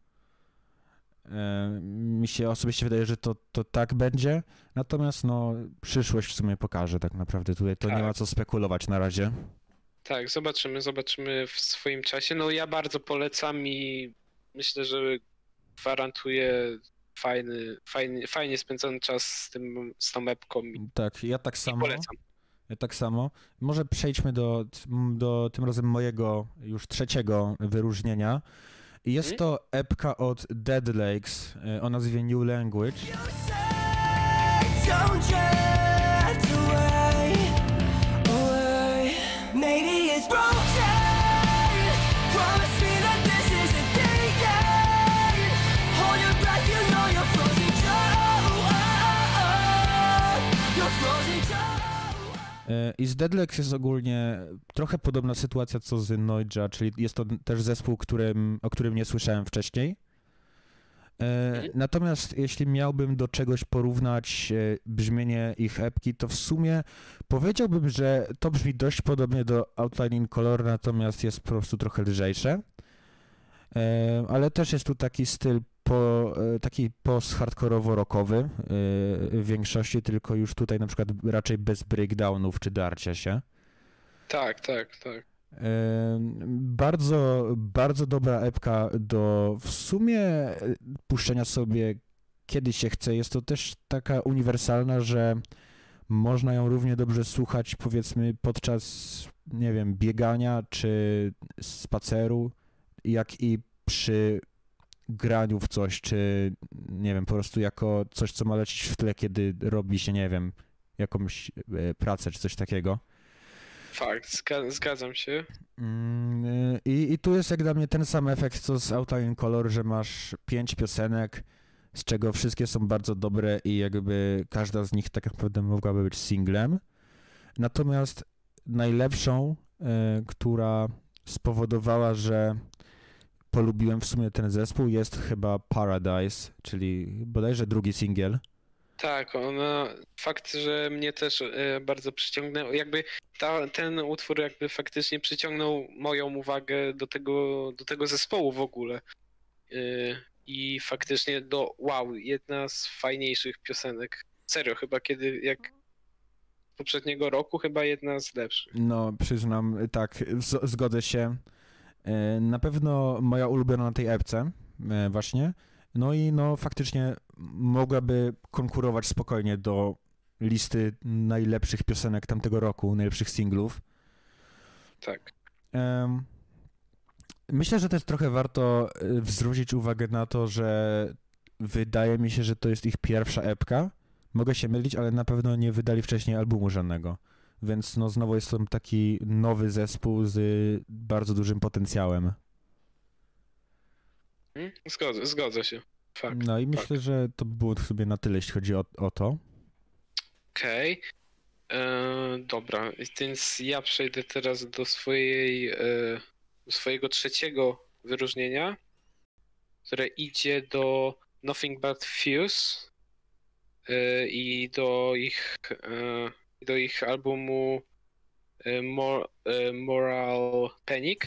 Mi się osobiście wydaje, że to tak będzie, natomiast no przyszłość w sumie pokaże tak naprawdę tutaj, to nie ma co spekulować na razie.
Tak, zobaczymy w swoim czasie. No ja bardzo polecam i myślę, że gwarantuje fajnie spędzony czas z tą epką.
Tak, ja tak samo.
Polecam.
Ja tak samo. Może przejdźmy do tym razem mojego już trzeciego wyróżnienia. Jest to epka od Dead Lakes o nazwie New Language. I z Dead Lakes jest ogólnie trochę podobna sytuacja co z Noidja, czyli jest to też zespół, o którym nie słyszałem wcześniej. Natomiast jeśli miałbym do czegoś porównać brzmienie ich epki, to w sumie powiedziałbym, że to brzmi dość podobnie do Outline in Color, natomiast jest po prostu trochę lżejsze. Ale też jest tu taki styl taki post-hardkorowo-rockowy w większości, tylko już tutaj na przykład raczej bez breakdownów czy darcia się.
Tak.
Bardzo, bardzo dobra epka do w sumie puszczenia sobie kiedy się chce. Jest to też taka uniwersalna, że można ją równie dobrze słuchać, powiedzmy, podczas, nie wiem, biegania czy spaceru, jak i przy graniu w coś, czy nie wiem, po prostu jako coś, co ma lecieć w tle, kiedy robi się, nie wiem, jakąś pracę czy coś takiego.
Fakt, zgadzam się.
I tu jest jak dla mnie ten sam efekt, co z Outline Color, że masz 5 piosenek, z czego wszystkie są bardzo dobre i jakby każda z nich tak naprawdę mogłaby być singlem. Natomiast najlepszą, która spowodowała, że polubiłem w sumie ten zespół, jest chyba Paradise, czyli bodajże drugi singiel.
Tak, fakt, że mnie też bardzo przyciągnął, jakby ten utwór jakby faktycznie przyciągnął moją uwagę do tego zespołu w ogóle. I faktycznie jedna z fajniejszych piosenek. Serio, chyba jak poprzedniego roku, chyba jedna z lepszych.
No, przyznam, tak, zgodzę się. Na pewno moja ulubiona na tej epce właśnie. No i faktycznie mogłaby konkurować spokojnie do listy najlepszych piosenek tamtego roku, najlepszych singlów.
Tak.
Myślę, że też trochę warto zwrócić uwagę na to, że wydaje mi się, że to jest ich pierwsza epka. Mogę się mylić, ale na pewno nie wydali wcześniej albumu żadnego. Więc znowu jest to taki nowy zespół z bardzo dużym potencjałem.
Zgodzę się. Fakt.
No i myślę, że to było sobie na tyle, jeśli chodzi o to.
Okej. Dobra, więc ja przejdę teraz do swojego trzeciego wyróżnienia, które idzie do Nothing But Fuse i do ich albumu Moral Panic.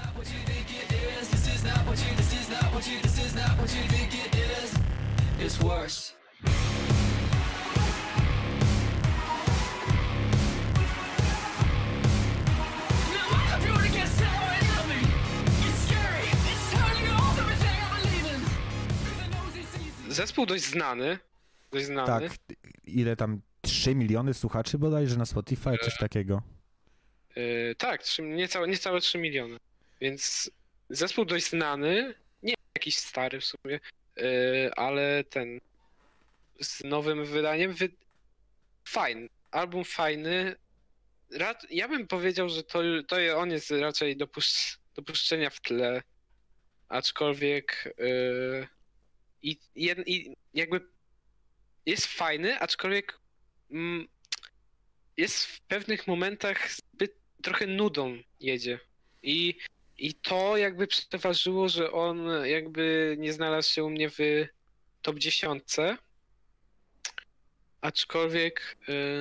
Zespół dość znany.
Tak, ile tam 3 miliony słuchaczy bodajże na Spotify, coś takiego.
Tak, niecałe 3 miliony. Więc zespół dość znany, nie jakiś stary w sumie, ale ten z nowym wydaniem fajny. Album fajny. Ja bym powiedział, że on jest raczej dopuszczenia w tle, aczkolwiek i jakby jest fajny, aczkolwiek jest w pewnych momentach trochę nudą jedzie. I to jakby przeważyło, że on jakby nie znalazł się u mnie w top 10. Aczkolwiek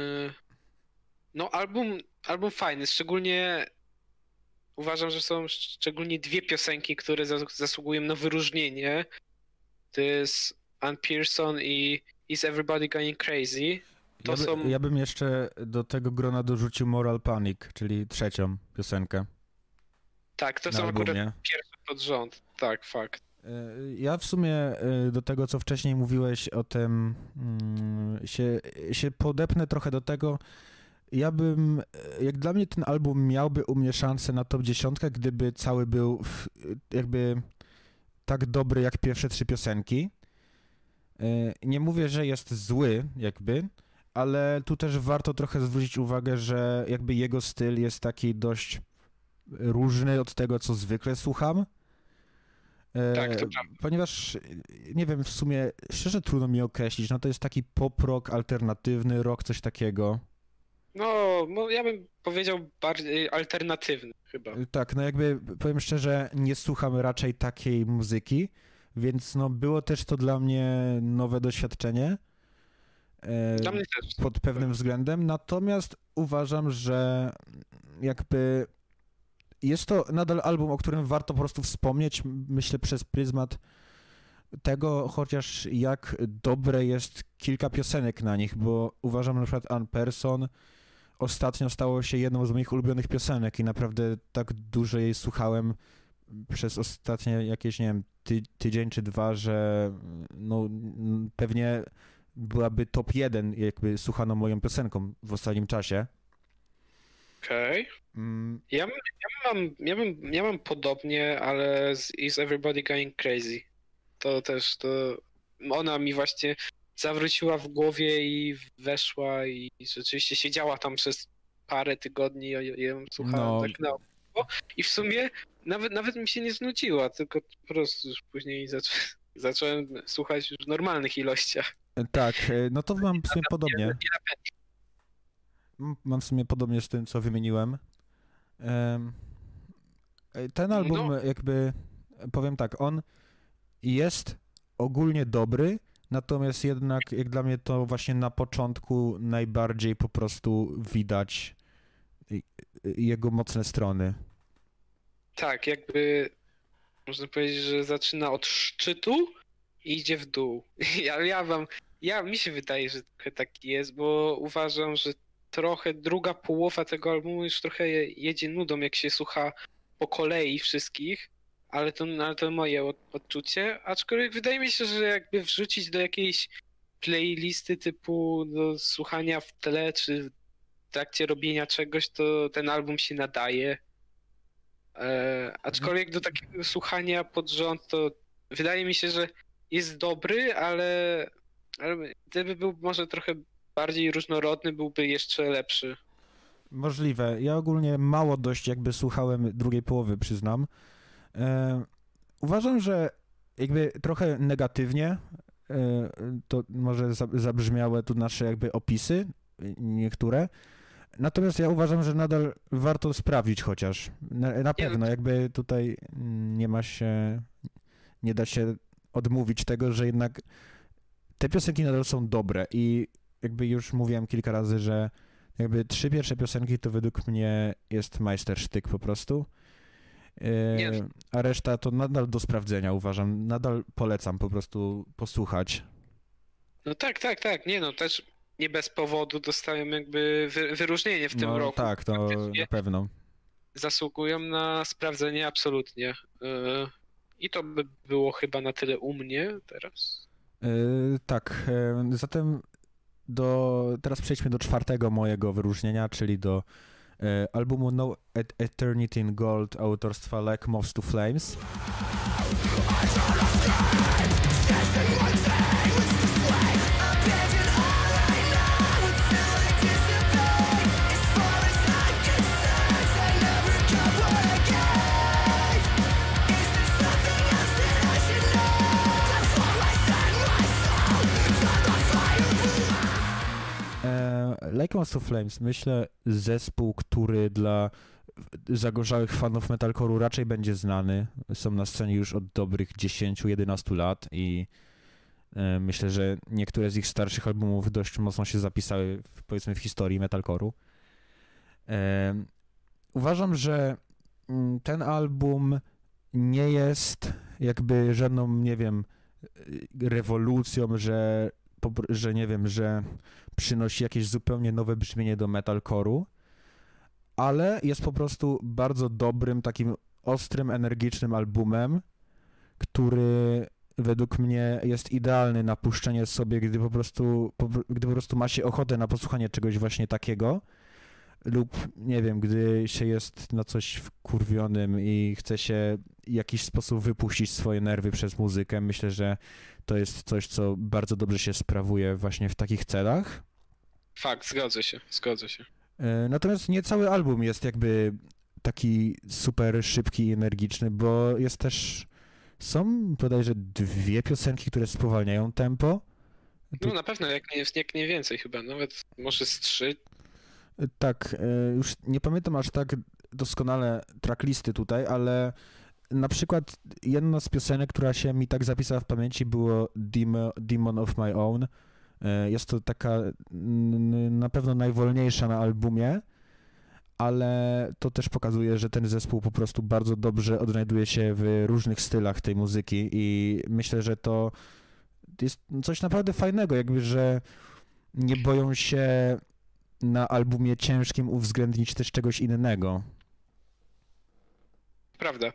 album fajny, szczególnie uważam, że są szczególnie dwie piosenki, które zasługują na wyróżnienie. To jest Ann Pearson i Is Everybody Going Crazy.
Ja bym jeszcze do tego grona dorzucił Moral Panic, czyli trzecią piosenkę.
Tak, to są akurat pierwsze pod rząd. Tak, fakt.
Ja w sumie do tego, co wcześniej mówiłeś o tym, się podepnę trochę do tego. Jak dla mnie ten album miałby u mnie szansę na top 10, gdyby cały był jakby tak dobry jak pierwsze 3 piosenki. Nie mówię, że jest zły jakby, ale tu też warto trochę zwrócić uwagę, że jakby jego styl jest taki dość różny od tego, co zwykle słucham.
Tak, to prawda.
Ponieważ, nie wiem, w sumie szczerze trudno mi określić, to jest taki pop-rock, alternatywny rock, coś takiego.
No, ja bym powiedział bardziej alternatywny chyba.
Tak, jakby powiem szczerze, nie słucham raczej takiej muzyki, więc było też to dla mnie nowe doświadczenie.
Dla mnie też.
Pod pewnym względem, natomiast uważam, że jakby jest to nadal album, o którym warto po prostu wspomnieć, myślę, przez pryzmat tego, chociaż jak dobre jest kilka piosenek na nich, bo uważam, że na przykład Ann Pearson ostatnio stało się jedną z moich ulubionych piosenek i naprawdę tak dużo jej słuchałem przez ostatnie jakieś, nie wiem, tydzień czy dwa, że no pewnie byłaby top 1 jakby słuchaną moją piosenką w ostatnim czasie.
Okej.
Mm,
Ja mam podobnie, ale z Is Everybody Going Crazy. To też, ona mi właśnie zawróciła w głowie i weszła i rzeczywiście siedziała tam przez parę tygodni, ja ją słuchałem
No.
tak na około. I w sumie nawet mi się nie znudziła, tylko po prostu już później zacząłem słuchać już w normalnych ilościach.
tak, no to mam w sumie podobnie. Mam w sumie podobnie z tym, co wymieniłem. Ten album jakby, powiem tak, on jest ogólnie dobry, natomiast jednak jak dla mnie to właśnie na początku najbardziej po prostu widać jego mocne strony.
Tak, jakby można powiedzieć, że zaczyna od szczytu i idzie w dół. Mi się wydaje, że trochę tak jest, bo uważam, że trochę druga połowa tego albumu już trochę jedzie nudą, jak się słucha po kolei wszystkich, ale to moje odczucie, aczkolwiek wydaje mi się, że jakby wrzucić do jakiejś playlisty typu do słuchania w tle, czy w trakcie robienia czegoś, to ten album się nadaje. Aczkolwiek do takiego słuchania pod rząd, to wydaje mi się, że jest dobry, ale gdyby był może trochę bardziej różnorodny, byłby jeszcze lepszy.
Możliwe. Ja ogólnie mało dość jakby słuchałem drugiej połowy, przyznam. Uważam, że jakby trochę negatywnie to może zabrzmiały tu nasze jakby opisy, niektóre. Natomiast ja uważam, że nadal warto sprawdzić chociaż. Na pewno, jakby tutaj nie da się odmówić tego, że jednak te piosenki nadal są dobre i jakby już mówiłem kilka razy, że jakby 3 pierwsze piosenki to według mnie jest majstersztyk po prostu. A reszta to nadal do sprawdzenia uważam. Nadal polecam po prostu posłuchać.
No tak. Nie no, też nie bez powodu dostałem jakby wyróżnienie w tym roku.
Tak, to na pewno.
Zasługują na sprawdzenie absolutnie. I to by było chyba na tyle u mnie teraz.
Tak, zatem teraz przejdźmy do 4. mojego wyróżnienia, czyli do albumu No Eternity in Gold autorstwa Like Moths to Flames. Like Moths to Flames, myślę, zespół, który dla zagorzałych fanów metalcore'u raczej będzie znany. Są na scenie już od dobrych 10-11 lat i myślę, że niektóre z ich starszych albumów dość mocno się zapisały, powiedzmy, w historii metalcore'u. Uważam, że ten album nie jest jakby żadną, nie wiem, rewolucją, że nie wiem, że przynosi jakieś zupełnie nowe brzmienie do metalcore'u, ale jest po prostu bardzo dobrym, takim ostrym, energicznym albumem, który według mnie jest idealny na puszczenie sobie, gdy po prostu ma się ochotę na posłuchanie czegoś właśnie takiego lub, nie wiem, gdy się jest na coś wkurwionym i chce się w jakiś sposób wypuścić swoje nerwy przez muzykę. Myślę, że to jest coś, co bardzo dobrze się sprawuje właśnie w takich celach.
Fakt, zgodzę się.
Natomiast nie cały album jest jakby taki super szybki i energiczny, bo są bodajże 2 piosenki, które spowalniają tempo.
No na pewno, jak nie więcej chyba, nawet może z 3.
Tak, już nie pamiętam aż tak doskonale tracklisty tutaj, ale na przykład jedna z piosenek, która się mi tak zapisała w pamięci, było Demon of My Own. Jest to taka na pewno najwolniejsza na albumie, ale to też pokazuje, że ten zespół po prostu bardzo dobrze odnajduje się w różnych stylach tej muzyki i myślę, że to jest coś naprawdę fajnego, jakby, że nie boją się na albumie ciężkim uwzględnić też czegoś innego.
Prawda.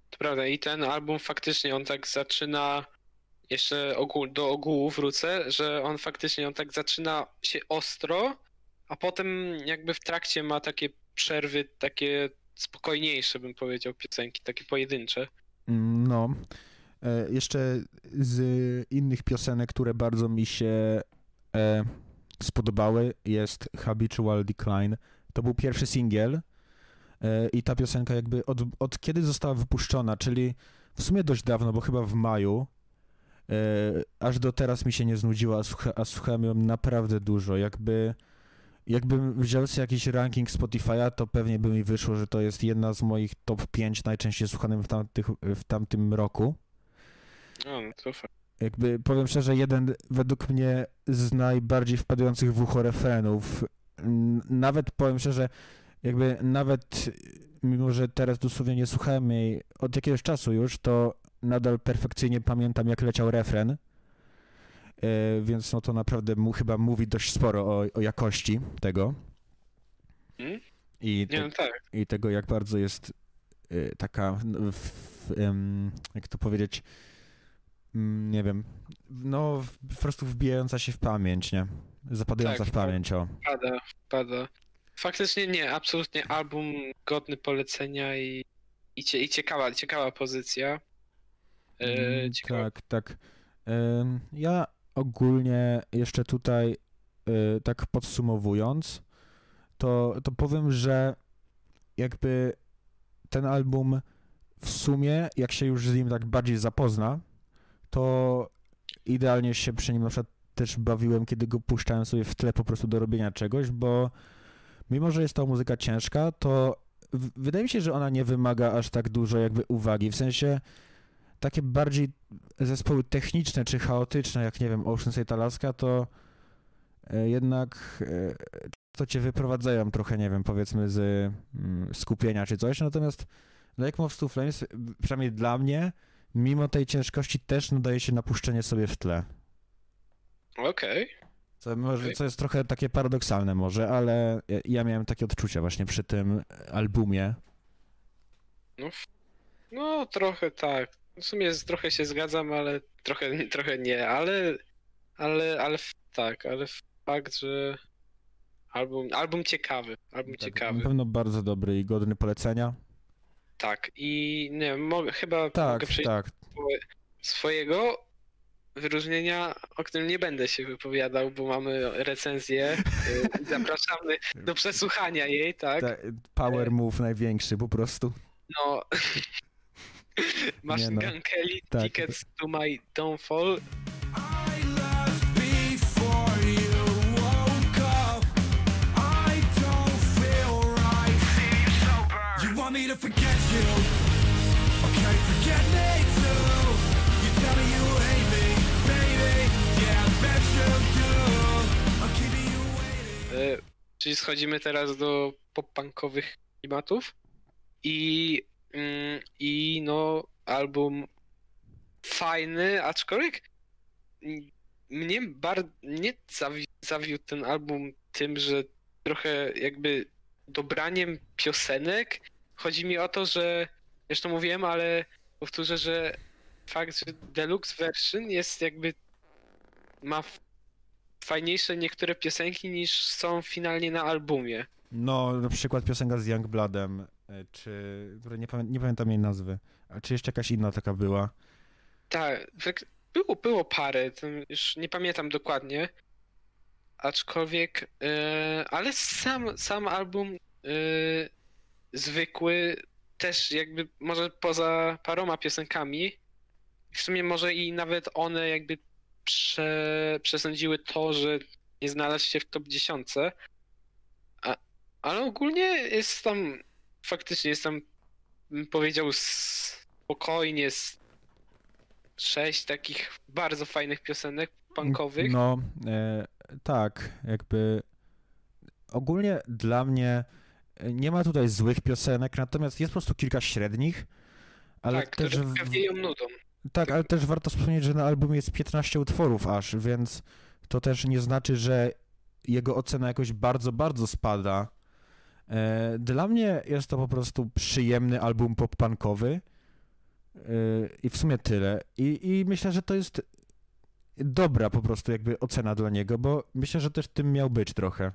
to prawda. I ten album faktycznie on tak zaczyna, jeszcze do ogółu wrócę, że on tak zaczyna się ostro, a potem jakby w trakcie ma takie przerwy, takie spokojniejsze, bym powiedział, piosenki, takie pojedyncze.
No, jeszcze z innych piosenek, które bardzo mi się spodobały, jest Habitual Decline. To był pierwszy singiel i ta piosenka jakby od kiedy została wypuszczona, czyli w sumie dość dawno, bo chyba w maju, aż do teraz mi się nie znudziła, a słuchałem ją naprawdę dużo. Jakbym wziął sobie jakiś ranking Spotify'a, to pewnie by mi wyszło, że to jest jedna z moich top 5 najczęściej słuchanych w tamtym roku.
No to fajnie.
Jakby powiem szczerze, jeden według mnie z najbardziej wpadających w ucho refrenów. Nawet powiem szczerze, jakby nawet mimo, że teraz dosłownie nie słuchałem jej od jakiegoś czasu już, to nadal perfekcyjnie pamiętam, jak leciał refren. Więc no to naprawdę chyba mówi dość sporo o jakości tego. I tego, jak bardzo jest taka, jak to powiedzieć, nie wiem, no po prostu wbijająca się w pamięć, nie? Zapadająca w pamięć, o.
Wpada. Faktycznie nie, absolutnie album godny polecenia i ciekawa pozycja.
Tak. Ja ogólnie jeszcze tutaj tak podsumowując, to powiem, że jakby ten album w sumie, jak się już z nim tak bardziej zapozna, to idealnie się przy nim na przykład też bawiłem, kiedy go puszczałem sobie w tle po prostu do robienia czegoś, bo mimo, że jest to muzyka ciężka, to wydaje mi się, że ona nie wymaga aż tak dużo jakby uwagi, w sensie takie bardziej zespoły techniczne czy chaotyczne, jak nie wiem, Ocean's Alaska, to jednak to cię wyprowadzają trochę, nie wiem, powiedzmy z skupienia czy coś, natomiast Like Moths to Flames, przynajmniej dla mnie, mimo tej ciężkości też nadaje się na puszczenie sobie w tle.
Okej.
Co jest trochę takie paradoksalne może, ale ja miałem takie odczucia właśnie przy tym albumie.
No trochę tak. W sumie trochę się zgadzam, ale trochę nie, ale fakt, że album ciekawy.
Na pewno bardzo dobry i godny polecenia.
Tak, i nie wiem, mogę przejść do swojego wyróżnienia, o którym nie będę się wypowiadał, bo mamy recenzję. Zapraszamy do przesłuchania jej, tak?
Power move największy po prostu.
No. Machine Gun Kelly, Tickets to My Downfall.
Me to forget you, okay, forget me too. You tell me you hate me, baby, yeah, I bet you do. I'm keeping you waiting.
Czyli schodzimy teraz do pop-punkowych klimatów i no album fajny, aczkolwiek mnie zawiódł ten album tym, że trochę jakby dobraniem piosenek. Chodzi mi o to, że już to mówiłem, ale powtórzę, że fakt, że deluxe version jest jakby ma fajniejsze niektóre piosenki niż są finalnie na albumie.
No, na przykład piosenka z Youngbloodem, czy nie pamiętam jej nazwy, a czy jeszcze jakaś inna taka była?
Tak, było parę, już nie pamiętam dokładnie, aczkolwiek, ale sam album zwykły też jakby może poza paroma piosenkami, w sumie może i nawet one jakby przesądziły to, że nie znalazł się w top 10, ale ogólnie faktycznie jest tam, bym powiedział, spokojnie 6 takich bardzo fajnych piosenek punkowych.
No, tak, jakby ogólnie dla mnie nie ma tutaj złych piosenek, natomiast jest po prostu kilka średnich, ale
tak,
też
które pewnie ją nudą.
Tak, ale też warto wspomnieć, że na albumie jest 15 utworów aż, więc to też nie znaczy, że jego ocena jakoś bardzo, bardzo spada. Dla mnie jest to po prostu przyjemny album pop-punkowy, I w sumie tyle. I myślę, że to jest dobra po prostu jakby ocena dla niego, bo myślę, że też tym miał być trochę.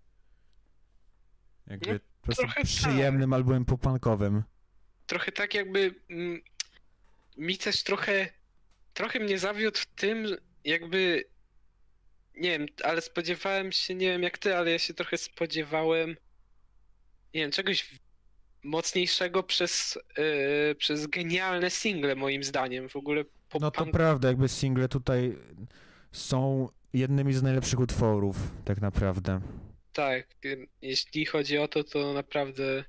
Jakby
No,
po prostu
trochę
przyjemnym albumem popankowym.
Trochę tak jakby mi też trochę mnie zawiódł w tym, jakby nie wiem, ale spodziewałem się, nie wiem jak ty, ale ja się trochę spodziewałem, nie wiem, czegoś mocniejszego przez genialne single moim zdaniem. W ogóle
No to prawda, jakby single tutaj są jednymi z najlepszych utworów, tak naprawdę.
Tak, jeśli chodzi o to, to naprawdę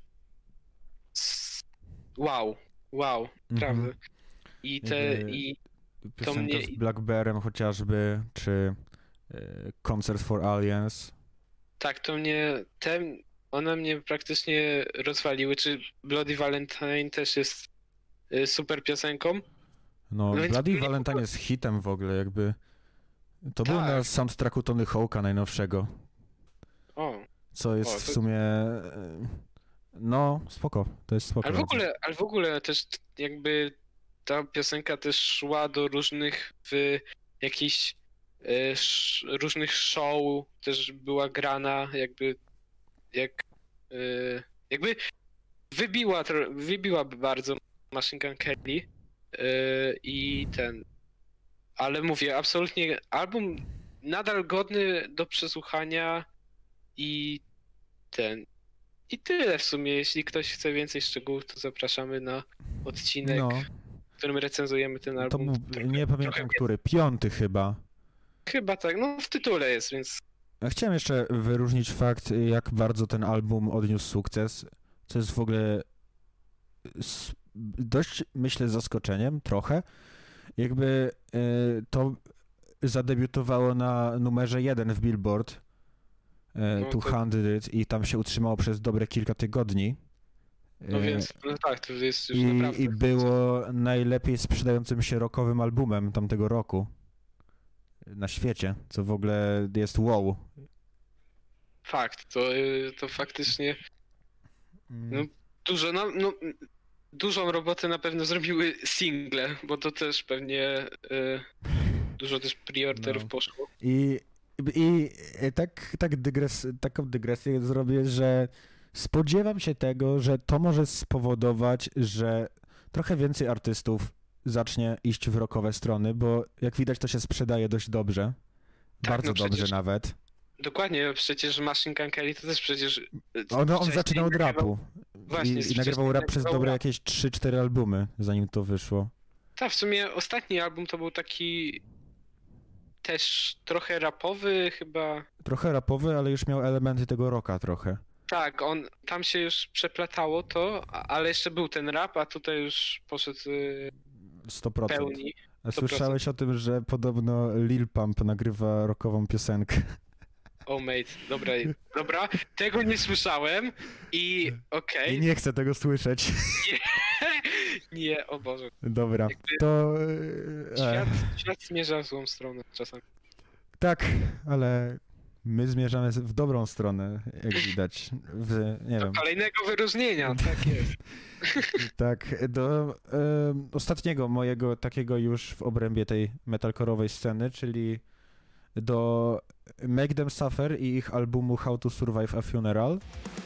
wow, naprawdę. I to
Piosenka
mnie...
z Blackberem chociażby, czy Concert for Aliens.
Tak, one mnie praktycznie rozwaliły. Czy Bloody Valentine też jest super piosenką?
No,
No więc
Bloody
mnie
Valentine jest hitem w ogóle, jakby. To był
Tak.
na soundtracku Tony Hawk'a najnowszego,
O,
co jest
O,
w
to-
sumie... No, spoko, to jest spoko.
ale w ogóle też jakby ta piosenka też szła do różnych jakichś różnych show, też była grana, jakby wybiła bardzo Machine Gun Kelly i ale mówię, absolutnie album nadal godny do przesłuchania i i tyle w sumie. Jeśli ktoś chce więcej szczegółów, to zapraszamy na odcinek,
No,
w którym recenzujemy ten
to
album.
był, nie pamiętam
trochę
który, 5 chyba.
Chyba tak, no w tytule jest, więc
Ja chciałem jeszcze wyróżnić fakt, jak bardzo ten album odniósł sukces, co jest w ogóle dość, myślę, zaskoczeniem, trochę. Jakby to zadebiutowało na numerze 1 w Billboard
No to-
200 i tam się utrzymało przez dobre kilka tygodni.
no więc no tak, to jest już
I,
naprawdę.
I było najlepiej sprzedającym się rockowym albumem tamtego roku na świecie, co w ogóle jest wow.
Fakt, to faktycznie No, dużą robotę na pewno zrobiły single, bo to też pewnie dużo też preorderów
No.
poszło.
I taką dygresję zrobię, że spodziewam się tego, że to może spowodować, że trochę więcej artystów zacznie iść w rockowe strony, bo jak widać to się sprzedaje dość dobrze.
Tak,
Bardzo
no
dobrze
przecież-
nawet.
Dokładnie, przecież Machine Gun Kelly to też przecież...
On
wcześniej
zaczynał od
nagrywał-
rapu
Właśnie,
i nagrywał
wcześniej
rap przez
nagrywał
dobre
rap.
jakieś 3-4 albumy, zanim to wyszło.
Tak, w sumie ostatni album to był taki też trochę rapowy chyba.
Trochę rapowy, ale już miał elementy tego rocka trochę.
Tak, tam się już przeplatało to, ale jeszcze był ten rap, a tutaj już poszedł
100%.
pełni.
A słyszałeś o tym, że podobno Lil Pump nagrywa rockową piosenkę?
Oh mate, dobra, tego nie słyszałem i okej,
I nie chcę tego słyszeć.
nie, o Boże,
Dobra,
Jakby
to...
świat zmierza w złą stronę czasami.
Tak, ale my zmierzamy w dobrą stronę, jak widać. Nie
Do
wiem.
kolejnego wyróżnienia, tak jest.
Tak, do ostatniego mojego takiego już w obrębie tej metalcore'owej sceny, czyli do Make Them Suffer i ich albumu How to Survive a Funeral.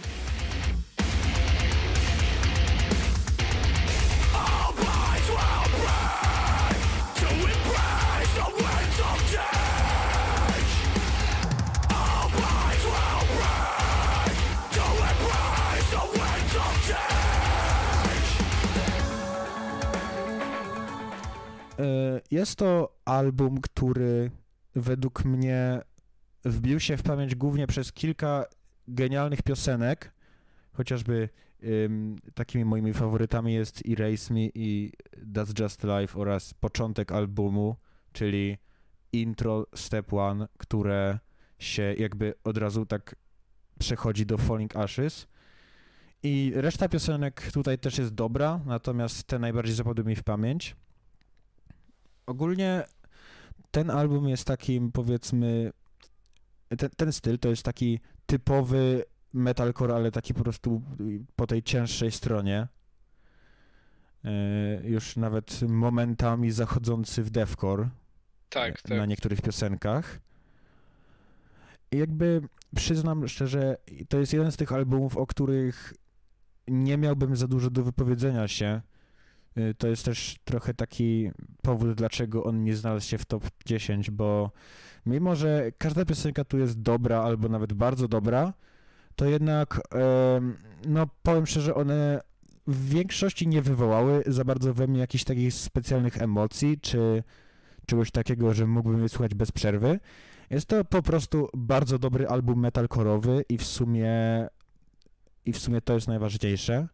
Jest to album, który według mnie wbił się w pamięć głównie przez kilka genialnych piosenek, chociażby takimi moimi faworytami jest Erase Me i That's Just Life oraz początek albumu, czyli intro Step One, które się jakby od razu tak przechodzi do Falling Ashes. I reszta piosenek tutaj też jest dobra, natomiast te najbardziej zapadły mi w pamięć. Ogólnie ten album jest takim, powiedzmy, ten styl to jest taki typowy metalcore, ale taki po prostu po tej cięższej stronie. już nawet momentami zachodzący w deathcore
Tak,
na
tak.
niektórych piosenkach. I jakby przyznam szczerze, to jest jeden z tych albumów, o których nie miałbym za dużo do wypowiedzenia się. To jest też trochę taki powód, dlaczego on nie znalazł się w top 10, bo mimo, że każda piosenka tu jest dobra albo nawet bardzo dobra, to jednak, no powiem szczerze, one w większości nie wywołały za bardzo we mnie jakichś takich specjalnych emocji, czy czegoś takiego, że mógłbym je słuchać bez przerwy. Jest to po prostu bardzo dobry album metalcore'owy i w sumie to jest najważniejsze.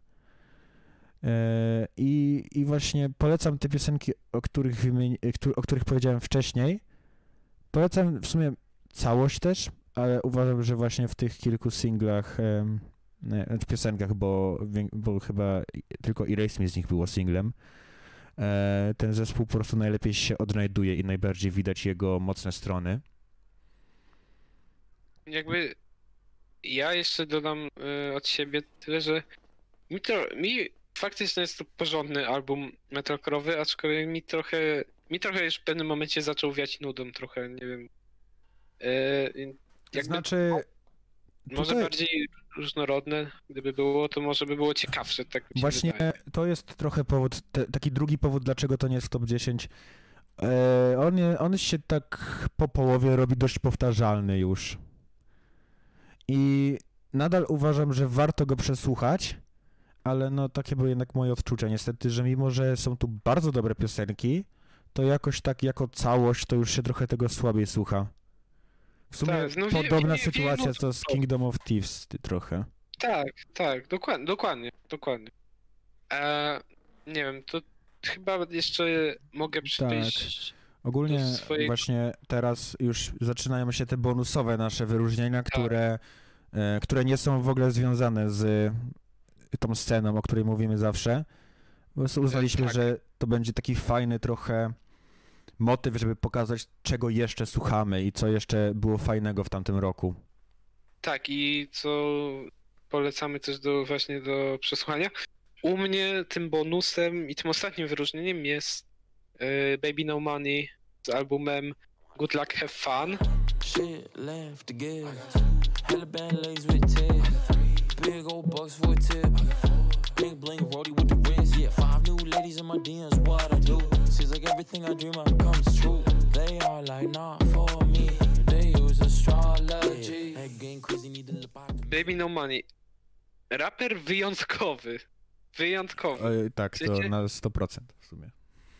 I właśnie polecam te piosenki, o których powiedziałem wcześniej. Polecam w sumie całość też, ale uważam, że właśnie w tych kilku singlach, w piosenkach, bo chyba tylko Erase Me z nich było singlem, ten zespół po prostu najlepiej się odnajduje i najbardziej widać jego mocne strony.
Jakby ja jeszcze dodam od siebie tyle, że mi faktycznie jest to porządny album metalcore'owy, aczkolwiek mi trochę już w pewnym momencie zaczął wiać nudą trochę, nie wiem. Jakby
Znaczy,
może
tutaj
bardziej różnorodne, gdyby było, to może by było ciekawsze, tak mi się
właśnie
wydaje.
to jest trochę powód, taki drugi powód, dlaczego to nie jest w top 10. On się tak po połowie robi dość powtarzalny już. I nadal uważam, że warto go przesłuchać, ale no takie były jednak moje odczucia niestety, że mimo, że są tu bardzo dobre piosenki, to jakoś tak jako całość to już się trochę tego słabiej słucha. W sumie
Tak, no
podobna
wielu
sytuacja co z Kingdom of Thieves trochę.
tak, dokładnie. Nie wiem, to chyba jeszcze mogę przejść
Ogólnie
do swojego...
właśnie teraz już zaczynają się te bonusowe nasze wyróżnienia, które nie są w ogóle związane z tą sceną, o której mówimy zawsze. Po prostu uznaliśmy,
Tak.
że to będzie taki fajny trochę motyw, żeby pokazać, czego jeszcze słuchamy i co jeszcze było fajnego w tamtym roku.
Tak, i co polecamy też właśnie do przesłuchania. U mnie tym bonusem i tym ostatnim wyróżnieniem jest Baby No Money z albumem Good Luck Have Fun.
Shit left to give. Hella bad legs with tip. Big old bucks for a tip. Big bling roadie with the rings. Yeah, 5 new ladies in my DMs. What I do? Seems like everything I dream of comes true. They are like not for me. They use astrology. Head getting crazy, need to look out.
Baby No Money. Raper wyjątkowy.
Tak, to
Wiecie?
na 100% w sumie.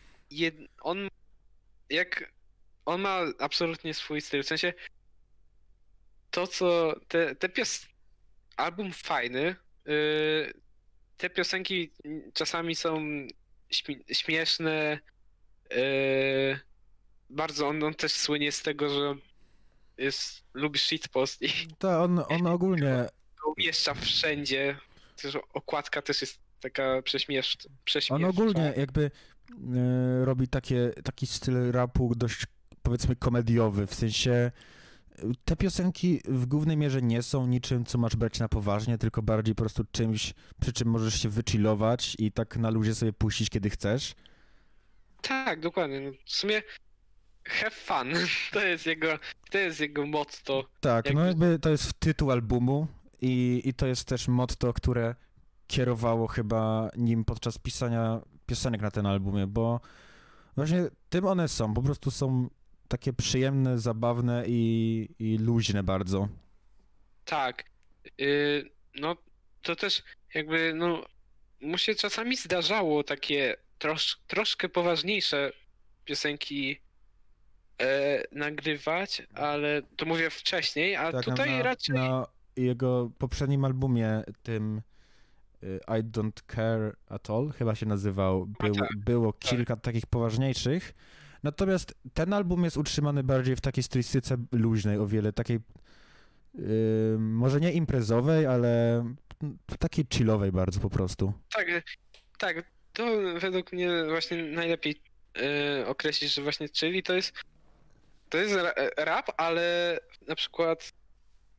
On ma absolutnie swój styl, w sensie to co, album fajny, te piosenki czasami są śmieszne, bardzo on też słynie z tego, że lubi shitpost i
To on ogólnie,
go umieszcza wszędzie, też okładka też jest taka prześmieszcza.
on ogólnie jakby robi taki styl rapu dość, powiedzmy, komediowy, w sensie te piosenki w głównej mierze nie są niczym, co masz brać na poważnie, tylko bardziej po prostu czymś, przy czym możesz się wychillować i tak na luzie sobie puścić, kiedy chcesz.
Tak, dokładnie. No, w sumie have fun. To jest jego motto.
Tak, no jakby to jest tytuł albumu i to jest też motto, które kierowało chyba nim podczas pisania piosenek na ten albumie, bo właśnie tym one są, po prostu są takie przyjemne, zabawne i luźne bardzo.
Tak. No to też jakby, no mu się czasami zdarzało takie troszkę poważniejsze piosenki nagrywać, ale to mówię wcześniej, a
Tak,
tutaj raczej...
na jego poprzednim albumie, tym I Don't Care At All, chyba się nazywał, było kilka takich poważniejszych, natomiast ten album jest utrzymany bardziej w takiej stylistyce luźnej, o wiele takiej, może nie imprezowej, ale takiej chillowej bardzo po prostu.
Tak, to według mnie właśnie najlepiej określić, że właśnie czyli to jest rap, ale na przykład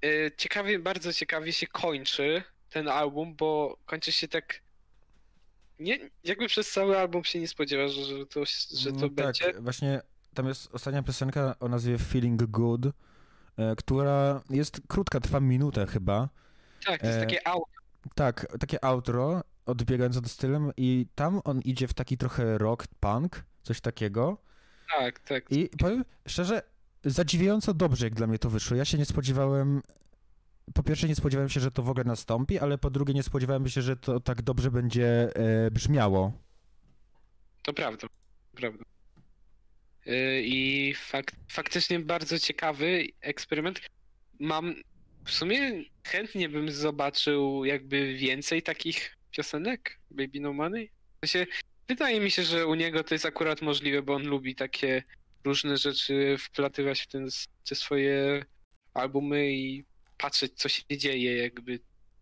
bardzo ciekawie się kończy ten album, bo kończy się tak nie, jakby przez cały album się nie spodziewasz, że to będzie.
Tak, właśnie tam jest ostatnia piosenka o nazwie Feeling Good, która jest krótka, trwa minutę chyba.
Tak, to jest takie out.
Tak, takie outro, odbiegając od stylem i tam on idzie w taki trochę rock, punk, coś takiego.
Tak.
I powiem szczerze, zadziwiająco dobrze jak dla mnie to wyszło. Ja się nie spodziewałem, po pierwsze nie spodziewałem się, że to w ogóle nastąpi, ale po drugie nie spodziewałem się, że to tak dobrze będzie brzmiało.
To prawda. I faktycznie bardzo ciekawy eksperyment. W sumie chętnie bym zobaczył jakby więcej takich piosenek Baby No Money. Wydaje mi się, że u niego to jest akurat możliwe, bo on lubi takie różne rzeczy wplatywać w te swoje albumy i patrzeć, co się dzieje jakby.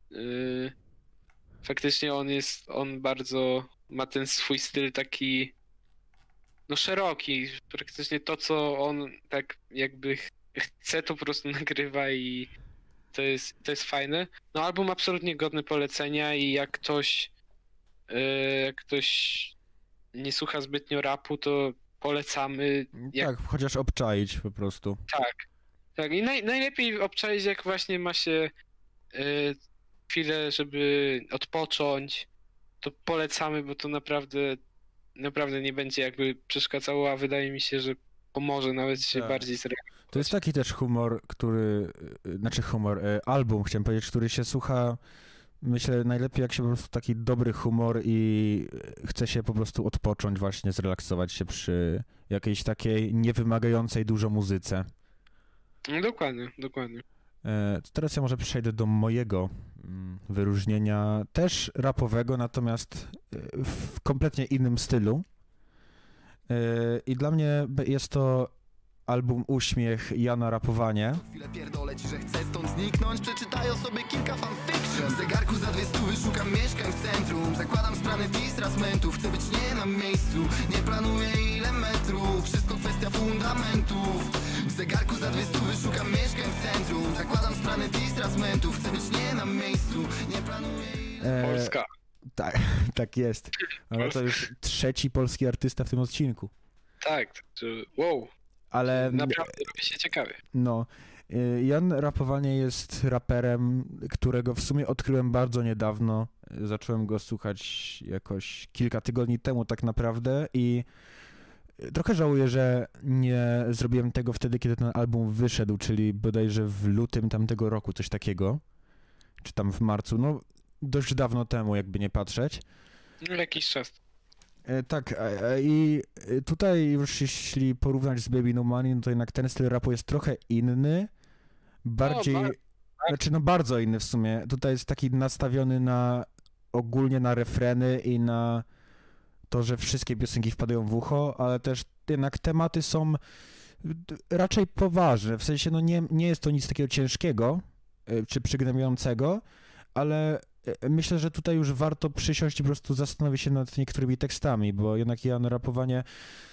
Faktycznie on bardzo ma ten swój styl taki szeroki. Praktycznie to, co on tak jakby chce, to po prostu nagrywa i to jest fajne. No album absolutnie godny polecenia i jak ktoś nie słucha zbytnio rapu, to polecamy.
Tak, chociaż obczaić po prostu.
Tak. I najlepiej obczaić, jak właśnie ma się chwilę, żeby odpocząć, to polecamy, bo to naprawdę nie będzie jakby przeszkadzało, a wydaje mi się, że pomoże nawet się bardziej zrealizować.
To jest taki też humor, album, chciałem powiedzieć, który się słucha, myślę, najlepiej jak się po prostu taki dobry humor i chce się po prostu odpocząć właśnie, zrelaksować się przy jakiejś takiej niewymagającej dużo muzyce.
No, dokładnie.
To teraz ja może przejdę do mojego wyróżnienia, też rapowego, natomiast w kompletnie innym stylu. I dla mnie jest to album Uśmiech Jana Rapowanie.
Chwilę pierdolę ci, że chcę stąd zniknąć. Przeczytaj o sobie kilka fanfiction. W zegarku za 200 szukam mieszkań w centrum. Zakładam sprany disrasmentów. Chcę być nie na miejscu. Nie planuję ile metrów. Wszystko kwestia fundamentów. W zegarku za 200 szukam mieszkań w centrum. Zakładam sprany disrasmentów. Chcę być nie na miejscu. Nie planuję ile...
Polska.
Tak jest. Ale to już trzeci polski artysta w tym odcinku.
Tak, wow.
Ale
naprawdę robi się ciekawie.
No, Jan Rapowanie jest raperem, którego w sumie odkryłem bardzo niedawno. Zacząłem go słuchać jakoś kilka tygodni temu tak naprawdę i trochę żałuję, że nie zrobiłem tego wtedy, kiedy ten album wyszedł, czyli bodajże w lutym tamtego roku, coś takiego. Czy tam w marcu, no dość dawno temu, jakby nie patrzeć.
No, jakiś czas.
Tak, i tutaj już jeśli porównać z Baby No Money, no to jednak ten styl rapu jest trochę inny, bardziej, bardzo inny w sumie. Tutaj jest taki nastawiony ogólnie na refreny i na to, że wszystkie piosenki wpadają w ucho, ale też jednak tematy są raczej poważne, w sensie no nie jest to nic takiego ciężkiego czy przygnębiającego, ale myślę, że tutaj już warto przysiąść i po prostu zastanowić się nad niektórymi tekstami, bo jednak Jan Rapowanie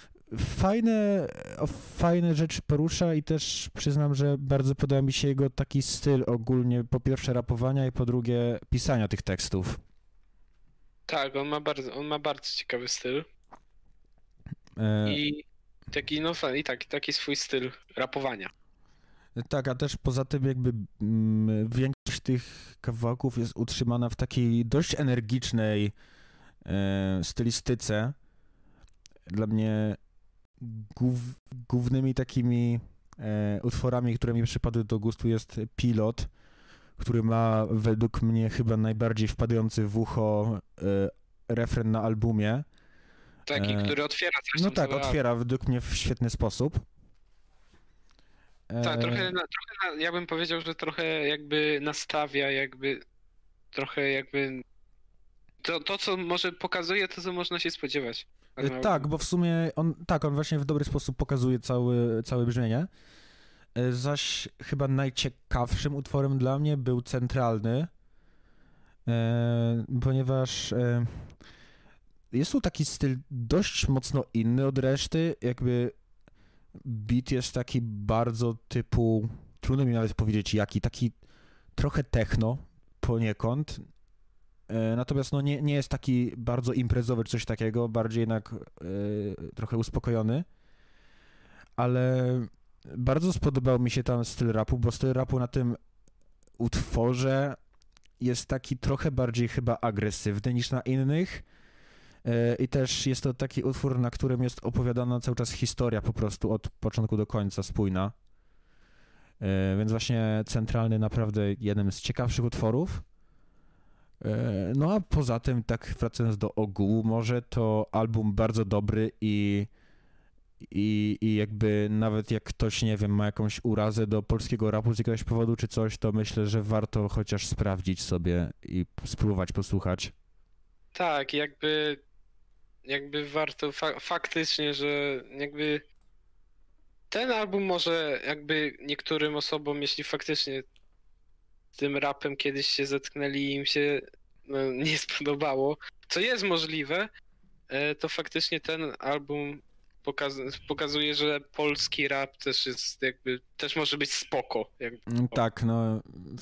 fajne rzeczy porusza i też przyznam, że bardzo podoba mi się jego taki styl ogólnie, po pierwsze rapowania i po drugie pisania tych tekstów.
Tak, on ma bardzo ciekawy styl. I taki, taki swój styl rapowania.
Tak, a też poza tym jakby większość tych kawałków jest utrzymana w takiej dość energicznej stylistyce. Dla mnie głównymi takimi utworami, które mi przypadły do gustu jest Pilot, który ma według mnie chyba najbardziej wpadający w ucho refren na albumie.
Taki, który otwiera zresztą.
No tak, otwiera według mnie w świetny sposób.
Tak, ja bym powiedział, że trochę jakby nastawia, trochę jakby to co może pokazuje, to co można się spodziewać.
Tak, bo w sumie on właśnie w dobry sposób pokazuje całe brzmienie. Zaś chyba najciekawszym utworem dla mnie był Centralny, ponieważ jest tu taki styl dość mocno inny od reszty, jakby beat jest taki bardzo typu, trudno mi nawet powiedzieć jaki, taki trochę techno poniekąd, natomiast no nie jest taki bardzo imprezowy czy coś takiego, bardziej jednak trochę uspokojony, ale bardzo spodobał mi się tam styl rapu, bo styl rapu na tym utworze jest taki trochę bardziej chyba agresywny niż na innych i też jest to taki utwór, na którym jest opowiadana cały czas historia po prostu od początku do końca, spójna. Więc właśnie centralny naprawdę jeden z ciekawszych utworów. No a poza tym, tak wracając do ogółu, może to album bardzo dobry i jakby nawet jak ktoś, nie wiem, ma jakąś urazę do polskiego rapu z jakiegoś powodu czy coś, to myślę, że warto chociaż sprawdzić sobie i spróbować posłuchać.
Tak, jakby warto faktycznie, że jakby ten album może jakby niektórym osobom, jeśli faktycznie z tym rapem kiedyś się zetknęli i im się nie spodobało, co jest możliwe, to faktycznie ten album pokazuje, że polski rap też jest jakby, też może być spoko. Jakby.
Tak, no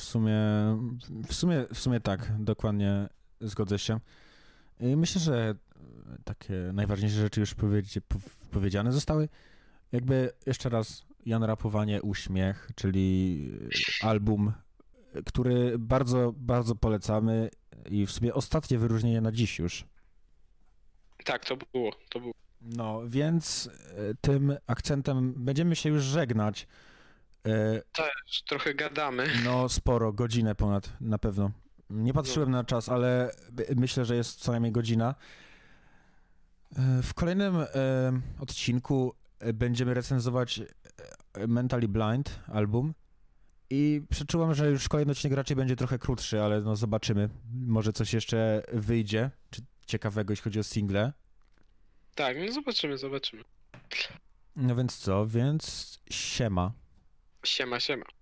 w sumie tak, dokładnie zgodzę się. I myślę, że takie najważniejsze rzeczy już powiedziane zostały. Jakby jeszcze raz Jan Rapowanie Uśmiech, czyli album, który bardzo, bardzo polecamy i w sumie ostatnie wyróżnienie na dziś już.
Tak, to było.
No, więc tym akcentem będziemy się już żegnać.
Też trochę gadamy.
No, sporo, godzinę ponad, na pewno. Nie patrzyłem na czas, ale myślę, że jest co najmniej godzina. W kolejnym odcinku będziemy recenzować Mentally Blind album i przeczuwam, że już kolejny odcinek raczej będzie trochę krótszy, ale no zobaczymy. Może coś jeszcze wyjdzie, czy ciekawego, jeśli chodzi o single.
Tak, no zobaczymy.
No więc co? Więc siema.
Siema.